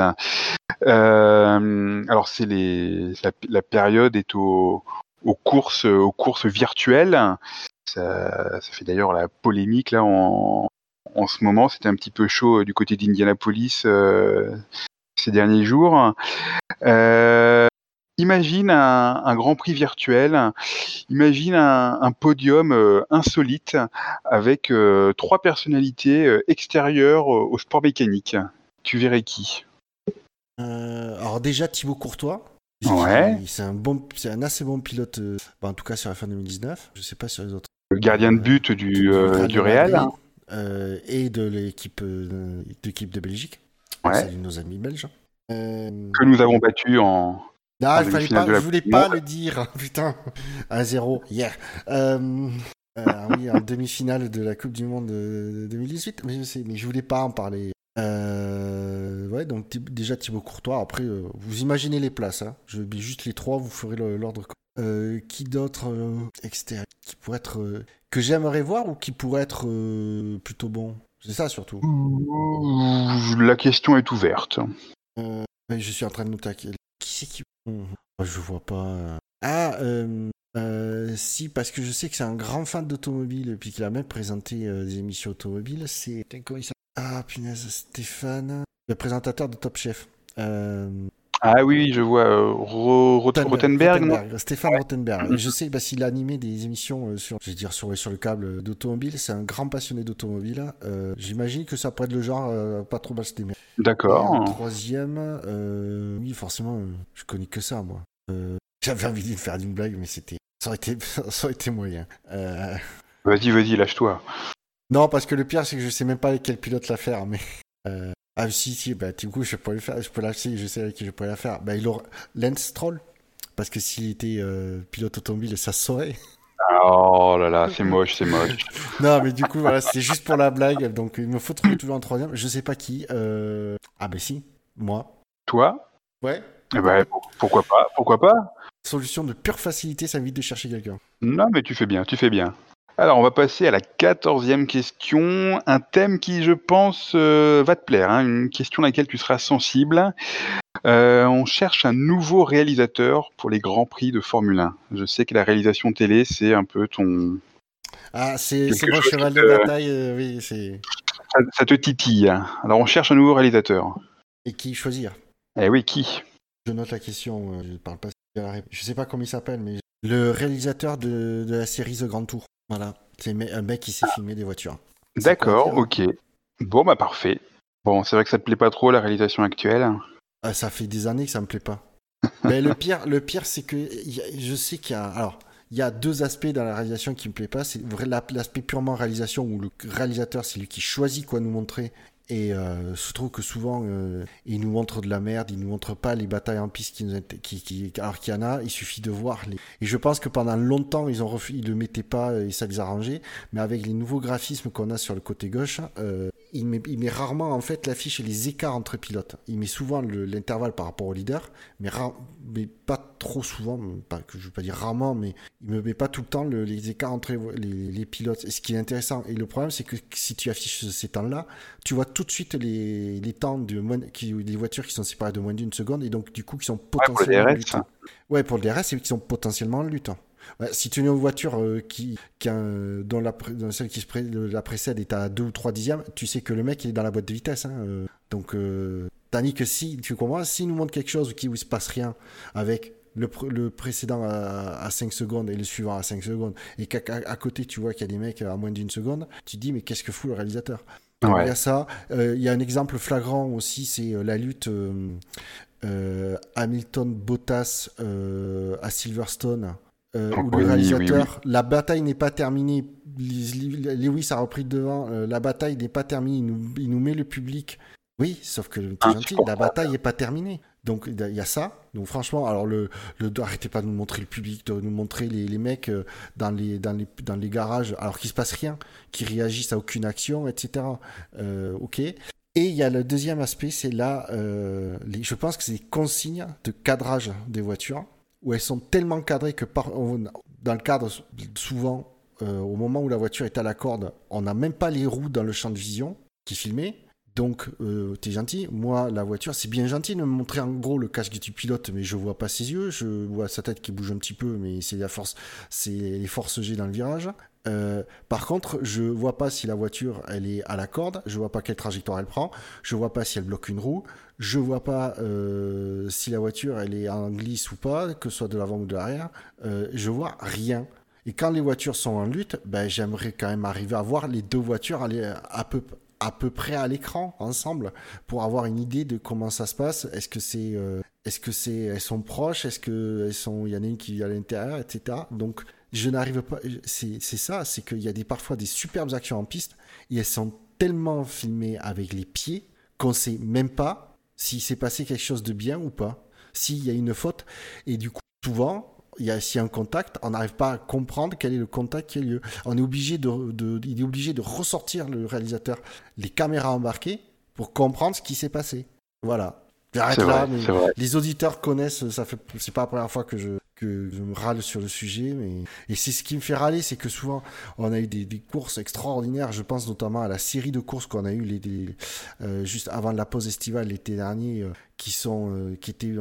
Euh, alors, c'est les, la, la période est au, aux courses, aux courses virtuelles. Ça, ça fait d'ailleurs la polémique là en, en ce moment. C'était un petit peu chaud euh, du côté d'Indianapolis euh, ces derniers jours. Euh, imagine un, un Grand Prix virtuel. Imagine un, un podium euh, insolite avec euh, trois personnalités euh, extérieures au, au sport mécanique. Tu verrais qui? Euh, alors, déjà, Thibaut Courtois. Ouais. Qui- C'est un, bon, c'est un assez bon pilote, euh, bah, en tout cas sur la fin deux mille dix-neuf. Je sais pas sur les autres. Le gardien de but Du, du, du euh, Real du de Real. Madrid, euh, et de l'équipe euh, de l'équipe de Belgique. Ouais. Salut nos amis belges. Euh... Que nous avons battu en, Non, en il fallait demi-finale pas, de la je voulais Coupe du pas Monde. le dire, putain. un zéro, yeah. Euh, euh, oui, en demi-finale de la Coupe du Monde de deux mille dix-huit, mais je sais, mais je voulais pas en parler. Euh, ouais, donc t- déjà Thibaut Courtois. Après, euh, vous imaginez les places. Hein. Je vais juste les trois, vous ferez le- l'ordre. Euh, qui d'autre euh, extérieur qui pourrait être euh, que j'aimerais voir ou qui pourrait être euh, plutôt bon. C'est ça surtout. La question est ouverte. Euh, ouais, je suis en train de noter qui qui c'est qui. Mhm. Je vois pas. euh. Ah, euh, euh, si, parce que je sais que c'est un grand fan d'automobile et puis qu'il a même présenté euh, des émissions automobiles. C'est. Putain, comment il s'appelle? Ah, punaise, Stéphane. le présentateur de Top Chef. Euh, Ah oui, oui, je vois. euh, Ro- Rot- Rothenberg, Rothenberg, non? Rothenberg, Stéphane Rothenberg. Je sais parce qu'il a animé des émissions euh, sur, je vais dire sur, sur le câble d'automobile. C'est un grand passionné d'automobile. Euh, j'imagine que ça pourrait être le genre euh, pas trop mal se démerder. Et en D'accord. troisième, euh, oui, forcément, euh, je connais que ça, moi. Euh, j'avais envie de faire une blague, mais c'était, ça aurait été, ça aurait été moyen. Euh, Vas-y, vas-y, lâche-toi. non, parce que le pire, c'est que je sais même pas avec quel pilote la faire, mais. Euh, ah si si bah du coup je peux le faire, je peux la si, je sais avec qui je pourrais la faire. Bah il aura Lance Stroll parce que s'il était euh, pilote automobile ça se saurait. Oh là là, c'est moche, c'est moche. Non mais du coup voilà c'était juste pour la blague donc il me faut trouver toujours un troisième. Je sais pas qui. Euh... Ah bah si moi. Toi? Ouais. Eh ben, pour- pourquoi pas? Pourquoi pas? Solution de pure facilité, ça évite de chercher quelqu'un. Non, mais tu fais bien, tu fais bien. Alors, on va passer à la quatorzième question. Un thème qui, je pense, euh, va te plaire. Hein, une question à laquelle tu seras sensible. Euh, on cherche un nouveau réalisateur pour les Grands Prix de Formule un. Je sais que la réalisation télé, c'est un peu ton... Ah c'est c'est quelque mon chose qui cheval de te... bataille euh, oui c'est. ça, ça te titille. Alors, on cherche un nouveau réalisateur. Et qui choisir? Eh oui, qui? Je note la question. euh, Je parle pas. Je sais pas comment il s'appelle mais le réalisateur de, de la série The Grand Tour. Voilà c'est un mec qui sait filmer des voitures. C'est quoi à D'accord, dire? ok. Bon, bah parfait. Bon, c'est vrai que ça te plaît pas trop, la réalisation actuelle. Ah, ça fait des années que ça me plaît pas. Mais le pire, le pire, c'est que y a- je sais qu'il y a, alors, il y a deux aspects dans la réalisation qui me plaît pas. C'est vrai, la- l'aspect purement réalisation où le réalisateur, c'est lui qui choisit quoi nous montrer. Et euh, je trouve que souvent, euh, il nous montre de la merde, il nous montre pas les batailles en piste qui nous int- qui, qui, alors qu'il y en a, il suffit de voir les. Et je pense que pendant longtemps, ils ont refus, ils le mettaient pas et ça les arrangeait. Mais avec les nouveaux graphismes qu'on a sur le côté gauche, euh, il met, il met rarement en fait l'affiche et les écarts entre pilotes. Il met souvent le- l'intervalle par rapport au leader, mais, ra- mais pas trop souvent, pas, que je veux pas dire rarement, mais il me met pas tout le temps le- les écarts entre les, les pilotes. Et ce qui est intéressant, et le problème c'est que si tu affiches ces temps-là, tu vois tout de suite les, les temps de moins, qui, des voitures qui sont séparées de moins d'une seconde et donc du coup qui sont Ouais, pour le potentiellement en lutte. D R S. Ouais, pour le D R S, c'est qui sont potentiellement en lutte. Ouais, si tu as une voiture euh, qui, qui a, un- dont, la, pré- dont celle qui se pré- la précède est à deux ou trois dixièmes, tu sais que le mec il est dans la boîte de vitesse. Hein, euh. donc, euh, tandis que si, tu comprends, s'il nous montre quelque chose qui, où il se passe rien avec le, pr- le précédent à, à cinq secondes et le suivant à cinq secondes, et qu'à à, à côté tu vois qu'il y a des mecs à moins d'une seconde, tu te dis mais qu'est-ce que fout le réalisateur? Donc il y Ouais. a ça. Euh, Il y a un exemple flagrant aussi, c'est euh, la lutte euh, euh, Hamilton-Bottas euh, à Silverstone, euh, où le Oui, oui, oui. réalisateur, la bataille n'est pas terminée, Lewis a repris devant, euh, la bataille n'est pas terminée, il nous, il nous met le public. Oui, sauf que t'es gentil, la bataille n'est pas terminée. Donc il y a ça. Donc franchement, alors le, le arrêtez pas de nous montrer le public, de nous montrer les, les mecs euh, dans les dans les dans les garages, alors qu'il se passe rien, qui réagissent à aucune action, et cetera. Euh, ok. Et il y a le deuxième aspect, c'est là, euh, les, je pense que c'est les consignes de cadrage des voitures, où elles sont tellement cadrées que par, on- dans le cadre, souvent, euh, au moment où la voiture est à la corde, on n'a même pas les roues dans le champ de vision qui filmait. Donc, euh, t'es gentil. Moi, la voiture, c'est bien gentil de me montrer en gros le casque du pilote, mais je vois pas ses yeux. Je vois sa tête qui bouge un petit peu, mais c'est la force, c'est les forces G dans le virage. Euh, par contre, je vois pas si la voiture elle est à la corde, je vois pas quelle trajectoire elle prend, je vois pas si elle bloque une roue, je vois pas euh, si la voiture elle est en glisse ou pas, que ce soit de l'avant ou de l'arrière, euh, je vois rien. Et quand les voitures sont en lutte, ben, j'aimerais quand même arriver à voir les deux voitures aller à peu, à peu près à l'écran ensemble pour avoir une idée de comment ça se passe. Est-ce que c'est, euh, est-ce que c'est, elles sont proches, est-ce que elles sont, il y en a une qui est à l'intérieur, et cetera. Donc je n'arrive pas. C'est, c'est ça, c'est qu'il y a des, parfois des superbes actions en piste et elles sont tellement filmées avec les pieds qu'on sait même pas s'il s'est passé quelque chose de bien ou pas, s'il y a une faute. Et du coup, souvent, il y a, s'il y a un contact, on n'arrive pas à comprendre quel est le contact qui a lieu. On est obligé de, de, il est obligé de ressortir, le réalisateur, les caméras embarquées pour comprendre ce qui s'est passé. Voilà. J'arrête C'est là, vrai, mais c'est vrai. les auditeurs connaissent, ça fait, c'est pas la première fois que je, que je me râle sur le sujet, mais, et c'est ce qui me fait râler, c'est que souvent, on a eu des, des courses extraordinaires, je pense notamment à la série de courses qu'on a eu les, les, euh, juste avant la pause estivale l'été dernier, euh, qui sont, euh, qui étaient, euh,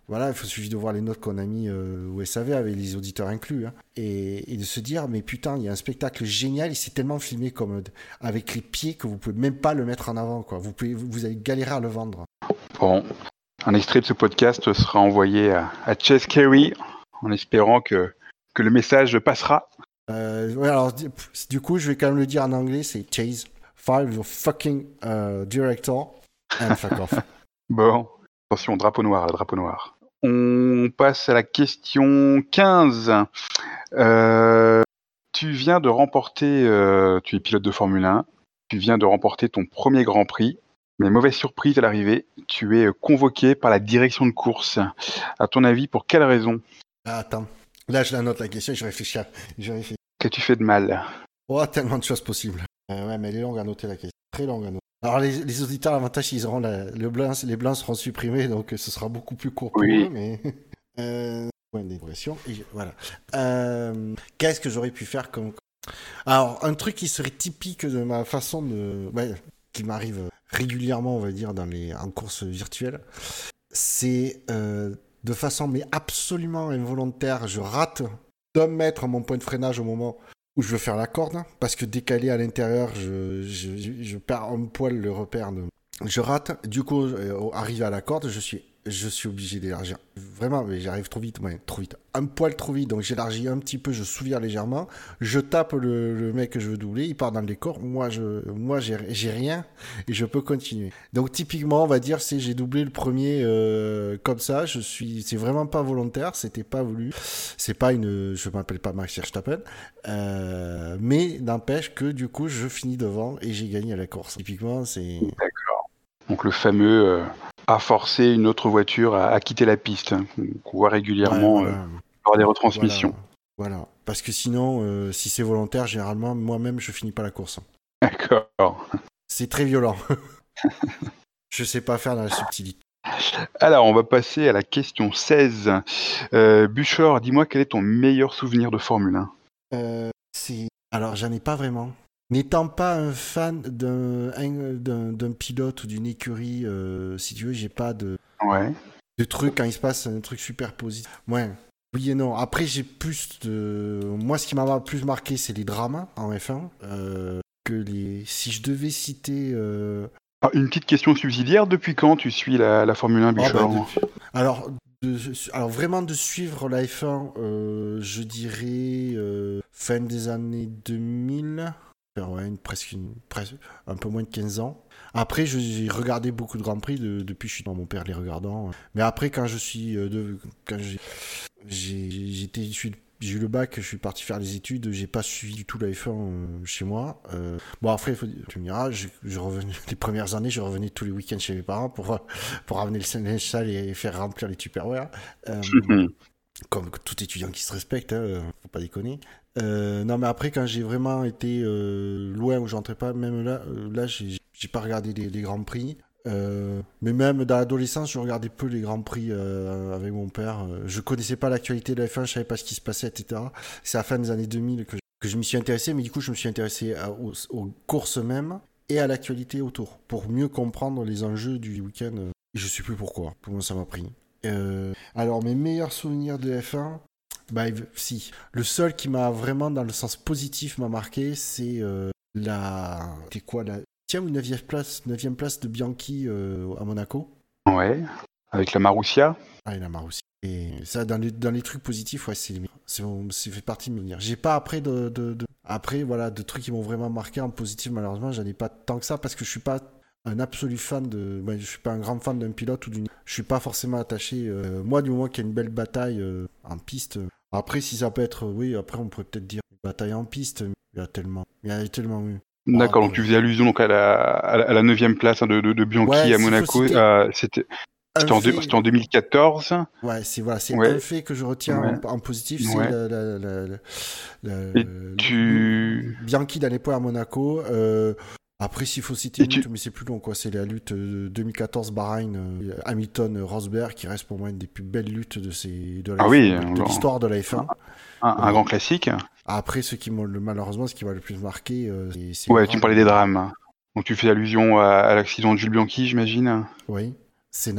Voilà, il faut suffit de voir les notes qu'on a mis euh, au S A V avec les auditeurs inclus, hein, et, et de se dire, mais putain, il y a un spectacle génial, il s'est tellement filmé comme avec les pieds que vous pouvez même pas le mettre en avant, quoi. Vous pouvez, vous allez galérer à le vendre. Bon, un extrait de ce podcast sera envoyé à, à Chase Carey en espérant que, que le message passera. Euh, ouais, alors du coup, je vais quand même le dire en anglais, c'est Chase, fire your fucking uh, director and fuck off. Bon, attention, drapeau noir, drapeau noir. On passe à la question quinze. Euh, tu viens de remporter, euh, tu es pilote de Formule un, tu viens de remporter ton premier Grand Prix, mais mauvaise surprise à l'arrivée, tu es convoqué par la direction de course. À ton avis, pour quelle raison ? Ah, attends, là je la note la question et je réfléchis. À... je réfléchis. Qu'as-tu fait de mal ? Oh, tellement de choses possibles. Euh, ouais, mais elle est longue à noter la question. Très longue à noter. Alors les, les auditeurs, l'avantage, ils auront la, le blanc, les blancs seront supprimés, donc ce sera beaucoup plus court pour oui. eux, mais... euh... point d'interrogation, et voilà. Euh... Qu'est-ce que j'aurais pu faire comme... Alors, un truc qui serait typique de ma façon de... Ouais, qui m'arrive régulièrement, on va dire, dans les... en course virtuelle, c'est euh, de façon mais absolument involontaire, je rate d'un mètre mon point de freinage au moment où je veux faire la corde, parce que décalé à l'intérieur, je, je, je, je perds un poil le repère. De... Je rate, du coup, euh, arrivé à la corde, je suis, je suis obligé d'élargir. Vraiment, mais j'arrive trop vite, ouais, trop vite. Un poil trop vite, donc j'élargis un petit peu, je soulire légèrement, je tape le, le mec que je veux doubler, il part dans le décor, moi, je, moi j'ai, j'ai rien, et je peux continuer. Donc typiquement, on va dire, c'est j'ai doublé le premier euh, comme ça, je suis, c'est vraiment pas volontaire, c'était pas voulu, c'est pas une, je m'appelle pas Max Verstappen, euh, mais n'empêche que du coup, je finis devant et j'ai gagné à la course. Typiquement, c'est... D'accord. Donc le fameux euh, a forcé une autre voiture à, à quitter la piste, hein, qu'on voit régulièrement ouais, voilà. euh, lors des retransmissions. Voilà, voilà. Parce que sinon, euh, si c'est volontaire, généralement, moi-même, je finis pas la course. D'accord. C'est très violent. Je sais pas faire dans la subtilité. Alors, on va passer à la question seize. Euh, Buchor, dis-moi quel est ton meilleur souvenir de Formule un ? euh, c'est... Alors, j'en ai pas vraiment. N'étant pas un fan d'un, d'un, d'un pilote ou d'une écurie, euh, si tu veux, j'ai pas de, ouais. de truc quand il se passe un truc super positif. Ouais, oui et non. Après, j'ai plus de... Moi, ce qui m'a plus marqué, c'est les drames en F un. Euh, que les... Si je devais citer... Euh... Ah, une petite question subsidiaire, depuis quand tu suis la, la Formule un, Buchor ? Oh, bah, depuis... Alors... De, alors vraiment de suivre la F un, euh, je dirais euh, fin des années deux mille... Ouais, une, presque, une, presque un peu moins de quinze ans. Après, je, j'ai regardé beaucoup de Grands Prix de, depuis que je suis dans mon père les regardant. Mais après, quand je suis, euh, de, quand j'ai, j'ai, j'étais, je suis, j'ai eu le bac, je suis parti faire les études, j'ai pas suivi du tout la F un euh, chez moi. Euh, bon, après, faut, tu me diras, je, je revenais, les premières années, je revenais tous les week-ends chez mes parents pour, pour ramener le linge sale et faire remplir les Tupperware. Euh, comme tout étudiant qui se respecte, hein, faut pas déconner. Euh, non, mais après, quand j'ai vraiment été euh, loin où j'entrais pas, même là, euh, là j'ai, j'ai pas regardé les, les Grands Prix. Euh, mais même dans l'adolescence, je regardais peu les Grands Prix euh, avec mon père. Je connaissais pas l'actualité de la F un, je savais pas ce qui se passait, et cetera. C'est à la fin des années deux mille que je, que je m'y suis intéressé, mais du coup, je me suis intéressé à, aux, aux courses même et à l'actualité autour, pour mieux comprendre les enjeux du week-end. Et je sais plus pourquoi, pour moi ça m'a pris. Euh, alors, mes meilleurs souvenirs de F un, bah, si. Le seul qui m'a vraiment, dans le sens positif, m'a marqué, c'est euh, la... C'était quoi, la tiens ou neuvième place, neuvième place de Bianchi euh, à Monaco. Ouais, avec la Marussia. Ah, la Marussia. Et ça, dans les, dans les trucs positifs, ouais, c'est, c'est, c'est fait partie de me dire. J'ai pas après de, de, de... Après, voilà, de trucs qui m'ont vraiment marqué en positif, malheureusement, j'en ai pas tant que ça, parce que je suis pas un absolu fan de... Ben, je suis pas un grand fan d'un pilote ou d'une... Je suis pas forcément attaché... Euh... Moi, du moment qu'il y a une belle bataille euh, en piste... Euh... Après, si ça peut être... Oui, après, on pourrait peut-être dire une bataille en piste. Il y a tellement... Il y a tellement... Oui. D'accord, ah, donc tu faisais allusion donc, à la neuvième place hein, de, de, de Bianchi ouais, à Monaco. Citer... Euh, c'était... C'était en, fait... de... c'était en deux mille quatorze. Ouais, c'est, voilà, c'est ouais. un fait que je retiens ouais. en, en positif, c'est ouais. la, la, la, la, la, Et tu... Bianchi dans les points à Monaco. Euh, après, s'il faut citer une tu... lutte, mais c'est plus long, quoi. C'est la lutte de deux mille quatorze Bahreïn, euh, Hamilton-Rosberg, qui reste pour moi une des plus belles luttes de, ces, de, la ah F un, oui, de, de l'histoire de la F un. Un, un ouais. grand classique. Après, ce qui m'a, malheureusement, ce qui m'a le plus marqué, euh, c'est, c'est ouais, tu me parlais des drames. Donc tu fais allusion à, à l'accident de Jules Bianchi, j'imagine. Oui, Senna.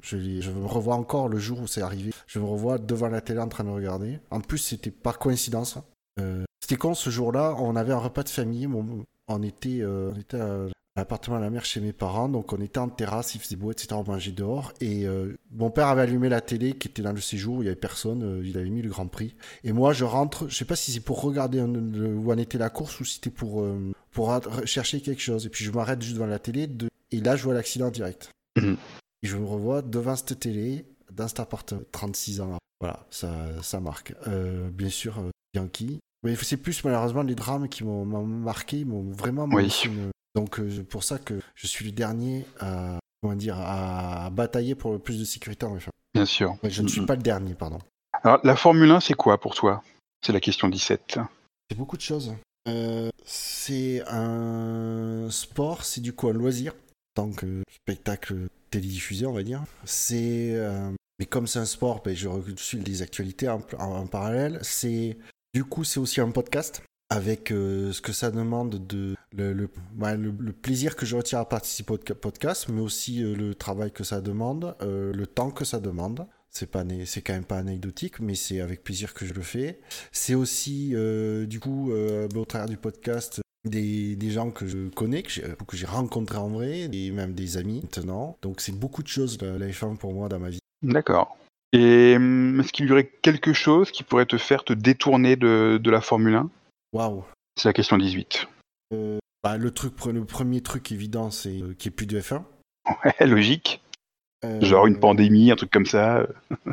Je, je me revois encore le jour où c'est arrivé. Je me revois devant la télé en train de regarder. En plus, c'était par coïncidence. Euh, c'était con, ce jour-là, on avait un repas de famille. Mon, on était, euh, on était à l'appartement de la mère chez mes parents. Donc, on était en terrasse, il faisait beau, et cetera. On mangeait dehors. Et euh, mon père avait allumé la télé qui était dans le séjour. Il n'y avait personne. Euh, il avait mis le Grand Prix. Et moi, je rentre. Je sais pas si c'est pour regarder un, le, où en était la course ou si c'était pour, euh, pour chercher quelque chose. Et puis, je m'arrête juste devant la télé. De... Et là, je vois l'accident en direct. Mmh. Et je me revois devant cette télé, dans cet appartement, trente-six ans. Voilà, ça, ça marque. Euh, bien sûr, euh, Yankee. Mais c'est plus malheureusement les drames qui m'ont, m'ont marqué, m'ont vraiment marqué. Oui. Une... Donc c'est euh, pour ça que je suis le dernier à, comment dire, à, à batailler pour plus de sécurité en F un. Bien sûr. Mais je ne suis pas le dernier, pardon. Alors la Formule un, c'est quoi pour toi ? C'est la question dix-sept. C'est beaucoup de choses. Euh, c'est un sport, c'est du coup un loisir, tant que spectacle télédiffusé, on va dire. C'est, euh, mais comme c'est un sport, ben, je suis des actualités en, en, en parallèle. C'est, du coup, c'est aussi un podcast avec euh, ce que ça demande de le, le, ouais, le, le plaisir que je retire à participer au podcast, mais aussi euh, le travail que ça demande, euh, le temps que ça demande. C'est pas, c'est quand même pas anecdotique, mais c'est avec plaisir que je le fais. C'est aussi, euh, du coup, euh, au travers du podcast. Des, des gens que je connais, que j'ai, que j'ai rencontrés en vrai, et même des amis maintenant. Donc c'est beaucoup de choses, la, la F un pour moi, dans ma vie. D'accord. Et est-ce qu'il y aurait quelque chose qui pourrait te faire te détourner de, de la Formule un ? Waouh. C'est la question dix-huit. Euh, bah, le, truc, le premier truc évident, c'est euh, qu'il n'y ait plus de F un. Ouais, logique. Euh... Genre une pandémie, un truc comme ça.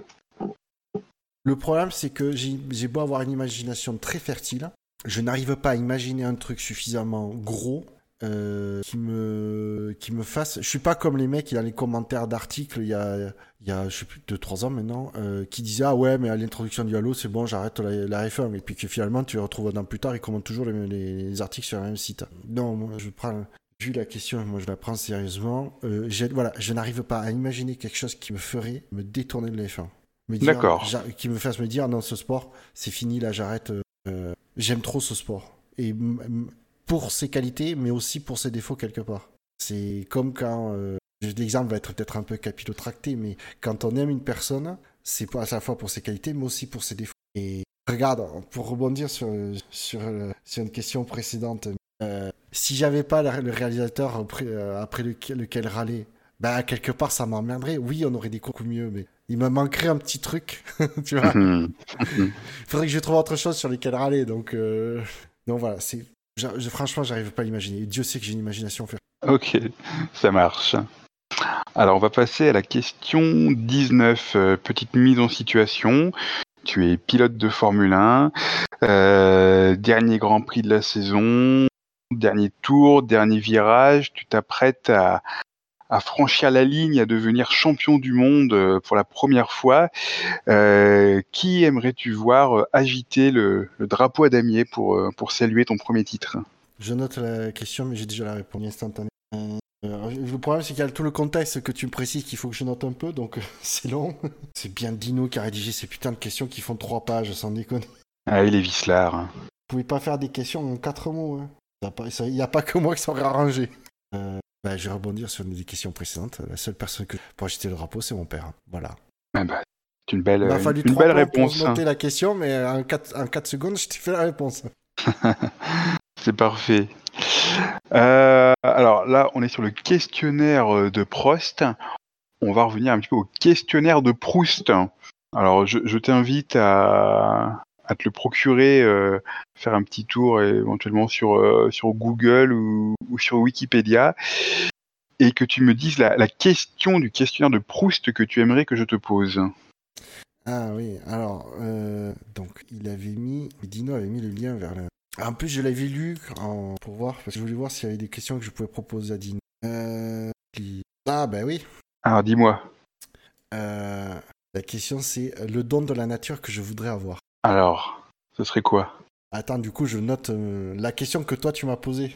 Le problème, c'est que j'ai, j'ai beau avoir une imagination très fertile, je n'arrive pas à imaginer un truc suffisamment gros euh, qui me qui me fasse. Je suis pas comme les mecs dans les commentaires d'articles il y a il y a je sais plus deux trois ans maintenant euh, qui disaient ah ouais mais à l'introduction du Halo c'est bon j'arrête la, la F un et puis que finalement tu retrouves un an plus tard ils commentent toujours les, les, les articles sur le même site. Non, moi je prends vu la question moi je la prends sérieusement. Euh, j'ai, voilà, je n'arrive pas à imaginer quelque chose qui me ferait me détourner de la F un. Me dire, D'accord. Qui me fasse me dire non ce sport c'est fini là j'arrête. Euh, j'aime trop ce sport et m- pour ses qualités mais aussi pour ses défauts quelque part. C'est comme quand euh, l'exemple va être peut-être un peu capillotracté mais quand on aime une personne c'est pas à la fois pour ses qualités mais aussi pour ses défauts. Et regarde, pour rebondir sur, sur, sur une question précédente, euh, si j'avais pas le réalisateur après, euh, après lequel, lequel râler, bah quelque part ça m'emmerderait. Oui on aurait des coups mieux mais il me manquerait un petit truc, tu vois. Il faudrait que je trouve autre chose sur lesquels râler. Donc, euh... donc voilà, c'est... Je, je, franchement, j'arrive pas à l'imaginer. Dieu sait que j'ai une imagination fertile. Ok, ça marche. Alors, on va passer à la question dix-neuf. Euh, petite mise en situation. Tu es pilote de Formule un. Euh, dernier Grand Prix de la saison. Dernier tour, dernier virage. Tu t'apprêtes à... à franchir la ligne, à devenir champion du monde pour la première fois. Euh, qui aimerais-tu voir agiter le, le drapeau à damier pour, pour saluer ton premier titre ? Je note la question, mais j'ai déjà la réponse instantanée. Euh, le problème, c'est qu'il y a tout le contexte que tu me précises qu'il faut que je note un peu, donc c'est long. C'est bien Dino qui a rédigé ces putains de questions qui font trois pages, sans déconner. Ah, il est vicelard. Vous pouvez pas faire des questions en quatre mots. Hein. Il n'y a pas que moi qui saurais arranger. Euh, bah, je vais rebondir sur une des questions précédentes. La seule personne que pour agiter le drapeau, c'est mon père. Voilà. Ah bah, c'est une belle, il m'a fallu une trois belle points réponse. Pour noter la question, mais en quatre secondes, je t'ai fait la réponse. C'est parfait. Euh, alors là, on est sur le questionnaire de Prost. On va revenir un petit peu au questionnaire de Proust. Alors, je, je t'invite à, à te le procurer, euh, faire un petit tour éventuellement sur, euh, sur Google ou, ou sur Wikipédia, et que tu me dises la, la question du questionnaire de Proust que tu aimerais que je te pose. Ah oui, alors, euh, donc, il avait mis, Dino avait mis le lien vers le... En plus, je l'avais lu en... pour voir, parce que je voulais voir s'il y avait des questions que je pouvais proposer à Dino. Euh... Ah, bah oui. Alors, dis-moi. Euh... La question, c'est le don de la nature que je voudrais avoir. Alors, ce serait quoi ? Attends, du coup, je note euh, la question que toi, tu m'as posée.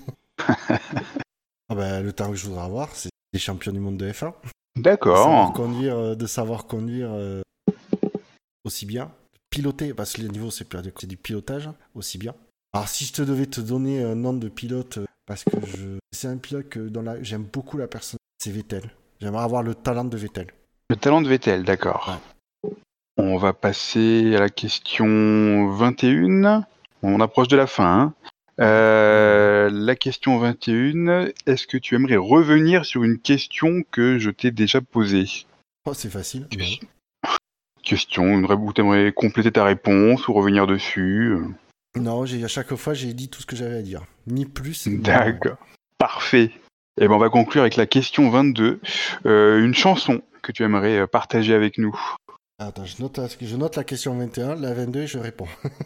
Ah bah, le temps que je voudrais avoir, c'est des champions du monde de F un. D'accord. De savoir conduire, euh, de savoir conduire euh, aussi bien. Piloter, parce que le niveau, c'est, c'est du pilotage aussi bien. Alors, si je te devais te donner un nom de pilote, parce que je... c'est un pilote que dans la... j'aime beaucoup la personne, c'est Vettel. J'aimerais avoir le talent de Vettel. Le talent de Vettel, d'accord. Ouais. On va passer à la question vingt et une. On approche de la fin. Hein. Euh, la question vingt et une, est-ce que tu aimerais revenir sur une question que je t'ai déjà posée? Oh, c'est facile. Non. Question, où tu aimerais compléter ta réponse ou revenir dessus? Non, j'ai, à chaque fois, j'ai dit tout ce que j'avais à dire. Ni plus, ni moins. D'accord. Parfait. Et ben on va conclure avec la question vingt-deux. Euh, une chanson que tu aimerais partager avec nous. Attends, je note la, je note la question vingt et un, la vingt-deux et je réponds.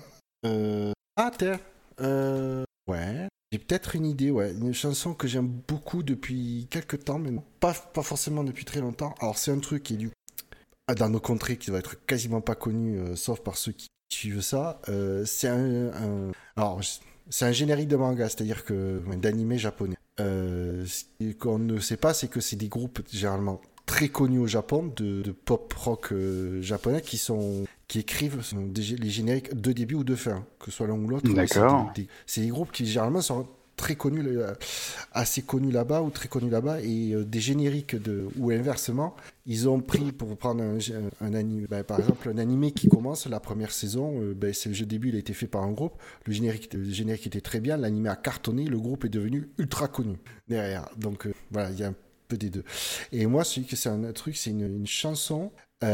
euh... Ah, tiens. Euh... Ouais. J'ai peut-être une idée, ouais. Une chanson que j'aime beaucoup depuis quelques temps, mais pas, pas forcément depuis très longtemps. Alors, c'est un truc qui est du... dans nos contrées qui va être quasiment pas connu, euh, sauf par ceux qui suivent ça. Euh, c'est un, un... Alors, c'est un générique de manga, c'est-à-dire que d'animé japonais. Euh, ce qu'on ne sait pas, c'est que c'est des groupes généralement très connus au Japon de, de pop rock euh, japonais qui sont qui écrivent des, les génériques de début ou de fin, que ce soit l'un ou l'autre. D'accord. C'est des, des, c'est des groupes qui généralement sont très connus, assez connus là-bas ou très connus là-bas, et euh, des génériques de ou inversement, ils ont pris pour prendre un, un, un anime, ben, par exemple un animé qui commence la première saison, euh, ben, c'est le jeu début, il a été fait par un groupe, le générique, le générique était très bien, l'animé a cartonné, le groupe est devenu ultra connu derrière. Donc euh, voilà, il y a un peu des deux. Et moi, celui que c'est un truc, c'est une, une chanson.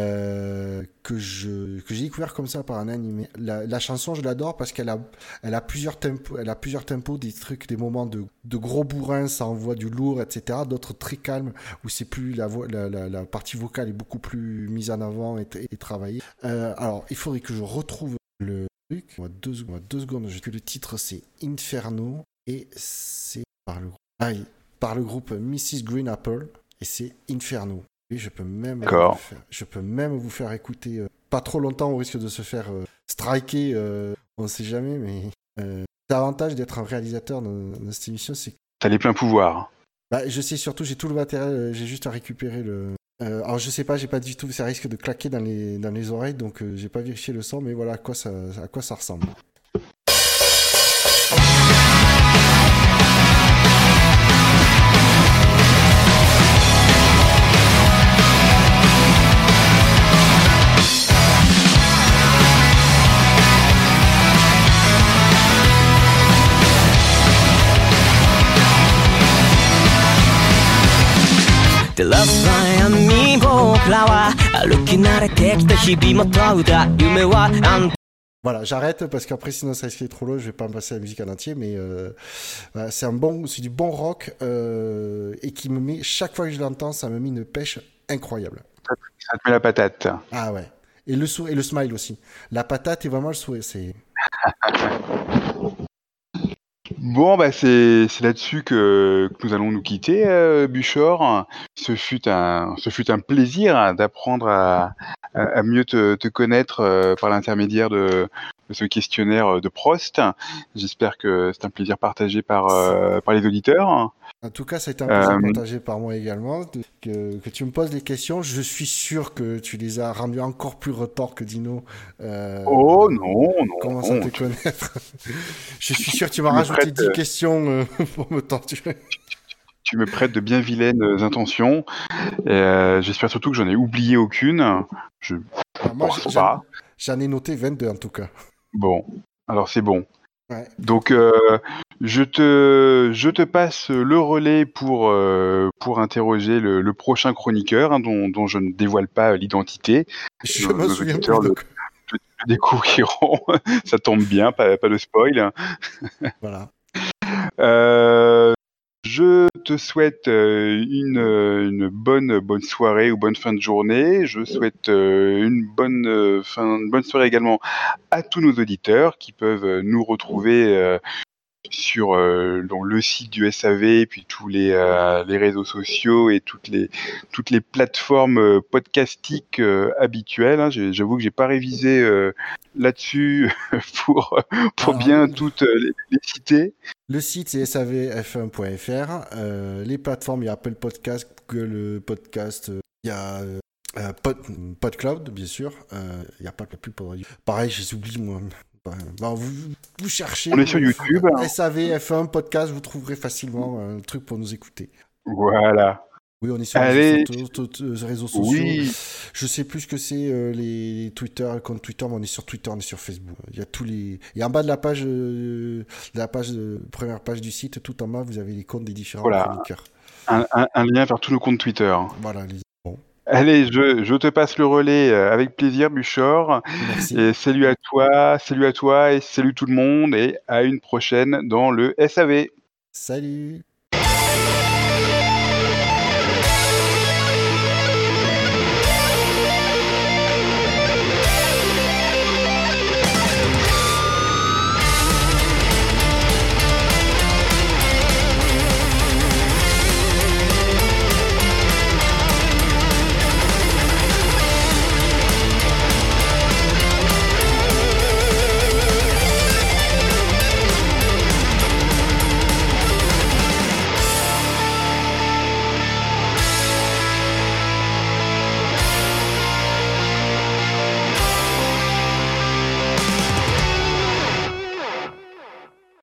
Euh, que je que j'ai découvert comme ça par un animé. La, la chanson, je l'adore parce qu'elle a elle a plusieurs tempos, elle a plusieurs tempos, des trucs, des moments de, de gros bourrin, ça envoie du lourd, et cetera. D'autres très calmes où c'est plus la voix, la, la, la partie vocale est beaucoup plus mise en avant et, et travaillée. Euh, alors, il faudrait que je retrouve le truc. Moi, deux, moi, deux secondes. Je, le titre c'est Inferno et c'est par le ah, oui, par le groupe missus Green Apple et c'est Inferno. Je peux même vous faire, je peux même vous faire écouter. Euh, pas trop longtemps, on risque de se faire euh, striker. Euh, on ne sait jamais, mais euh, l'avantage d'être un réalisateur dans, dans cette émission, c'est que t'as les pleins pouvoirs. Bah, je sais surtout, j'ai tout le matériel, euh, j'ai juste à récupérer le. Euh, alors je sais pas, j'ai pas du tout, ça risque de claquer dans les dans les oreilles, donc euh, j'ai pas vérifié le son, mais voilà à quoi ça à quoi ça ressemble. Voilà, j'arrête parce qu'après sinon ça risque d'être trop long, je vais pas me passer la musique en entier, mais euh, voilà, c'est un bon, c'est du bon rock euh, et qui me met, chaque fois que je l'entends, ça me met une pêche incroyable. Ça te met la patate. Ah ouais. Et le sourire, et le smile aussi. La patate et vraiment le sourire, c'est. Bon, bah c'est, c'est là-dessus que, que nous allons nous quitter, euh, Buchor. Ce fut un, ce fut un plaisir d'apprendre à, à, à mieux te, te connaître euh, par l'intermédiaire de, de ce questionnaire de Prost. J'espère que c'est un plaisir partagé par, euh, par les auditeurs. En tout cas, ça a été un plaisir Euh, partagé par moi également. De- que, que tu me poses des questions. Je suis sûr que tu les as rendues encore plus retors que Dino. Euh, Oh non, non, Commence à non. te connaître. Je suis sûr que tu m'as Tu me rajouté prêtes, dix euh, questions euh, pour me torturer. tu me prêtes de bien vilaines intentions. Et, euh, j'espère surtout que j'en ai oublié aucune. Je Alors moi, pense j'en pas. j'en ai noté vingt-deux en tout cas. Bon, alors c'est bon. Ouais. Donc, euh, je te, je te passe le relais pour, euh, pour interroger le, le prochain chroniqueur, hein, dont, dont je ne dévoile pas l'identité. Je Nos, me nos souviens auditeurs plus de le, quoi. le découvriront. Ça tombe bien, pas, pas de spoil. Voilà. Euh, je te souhaite euh, une, euh, une bonne, bonne soirée ou bonne fin de journée. Je souhaite euh, une bonne, euh, fin, une bonne soirée également à tous nos auditeurs qui peuvent euh, nous retrouver euh, sur euh, donc le site du S A V, puis tous les, euh, les réseaux sociaux et toutes les, toutes les plateformes euh, podcastiques euh, habituelles. Hein. J'ai- J'avoue que j'ai pas révisé euh, là-dessus pour, pour Alors, bien le, toutes euh, les, les citer. le site c'est S A V F un point F R. Euh, les plateformes, il y a Apple Podcast, Google Podcast, euh, il y a euh, euh, Pod, PodCloud, bien sûr. Euh, Il n'y a pas que la pub pour radio. Pareil, je les oublie moi. Bon, vous, vous cherchez On est sur euh, YouTube. Hein. S A V F un podcast, vous trouverez facilement un truc pour nous écouter. Voilà. Oui, on est sur Allez, les réseaux, sociaux- euh, réseaux sociaux. oui, Je sais plus ce que c'est euh, les, les Twitter, compte Twitter, mais on est sur Twitter, on est sur Facebook. Il y a tous les. Et en bas de la page, euh, de la page, de- première page du site, tout en bas, vous avez les comptes des différents voilà, chroniqueurs. un, un- un lien vers tous nos comptes Twitter. Voilà, les. Bon, Allez, je, je te passe le relais euh, avec plaisir, Buchor. merci. Et salut à toi, salut à toi et salut tout le monde et à une prochaine dans le S A V. Salut.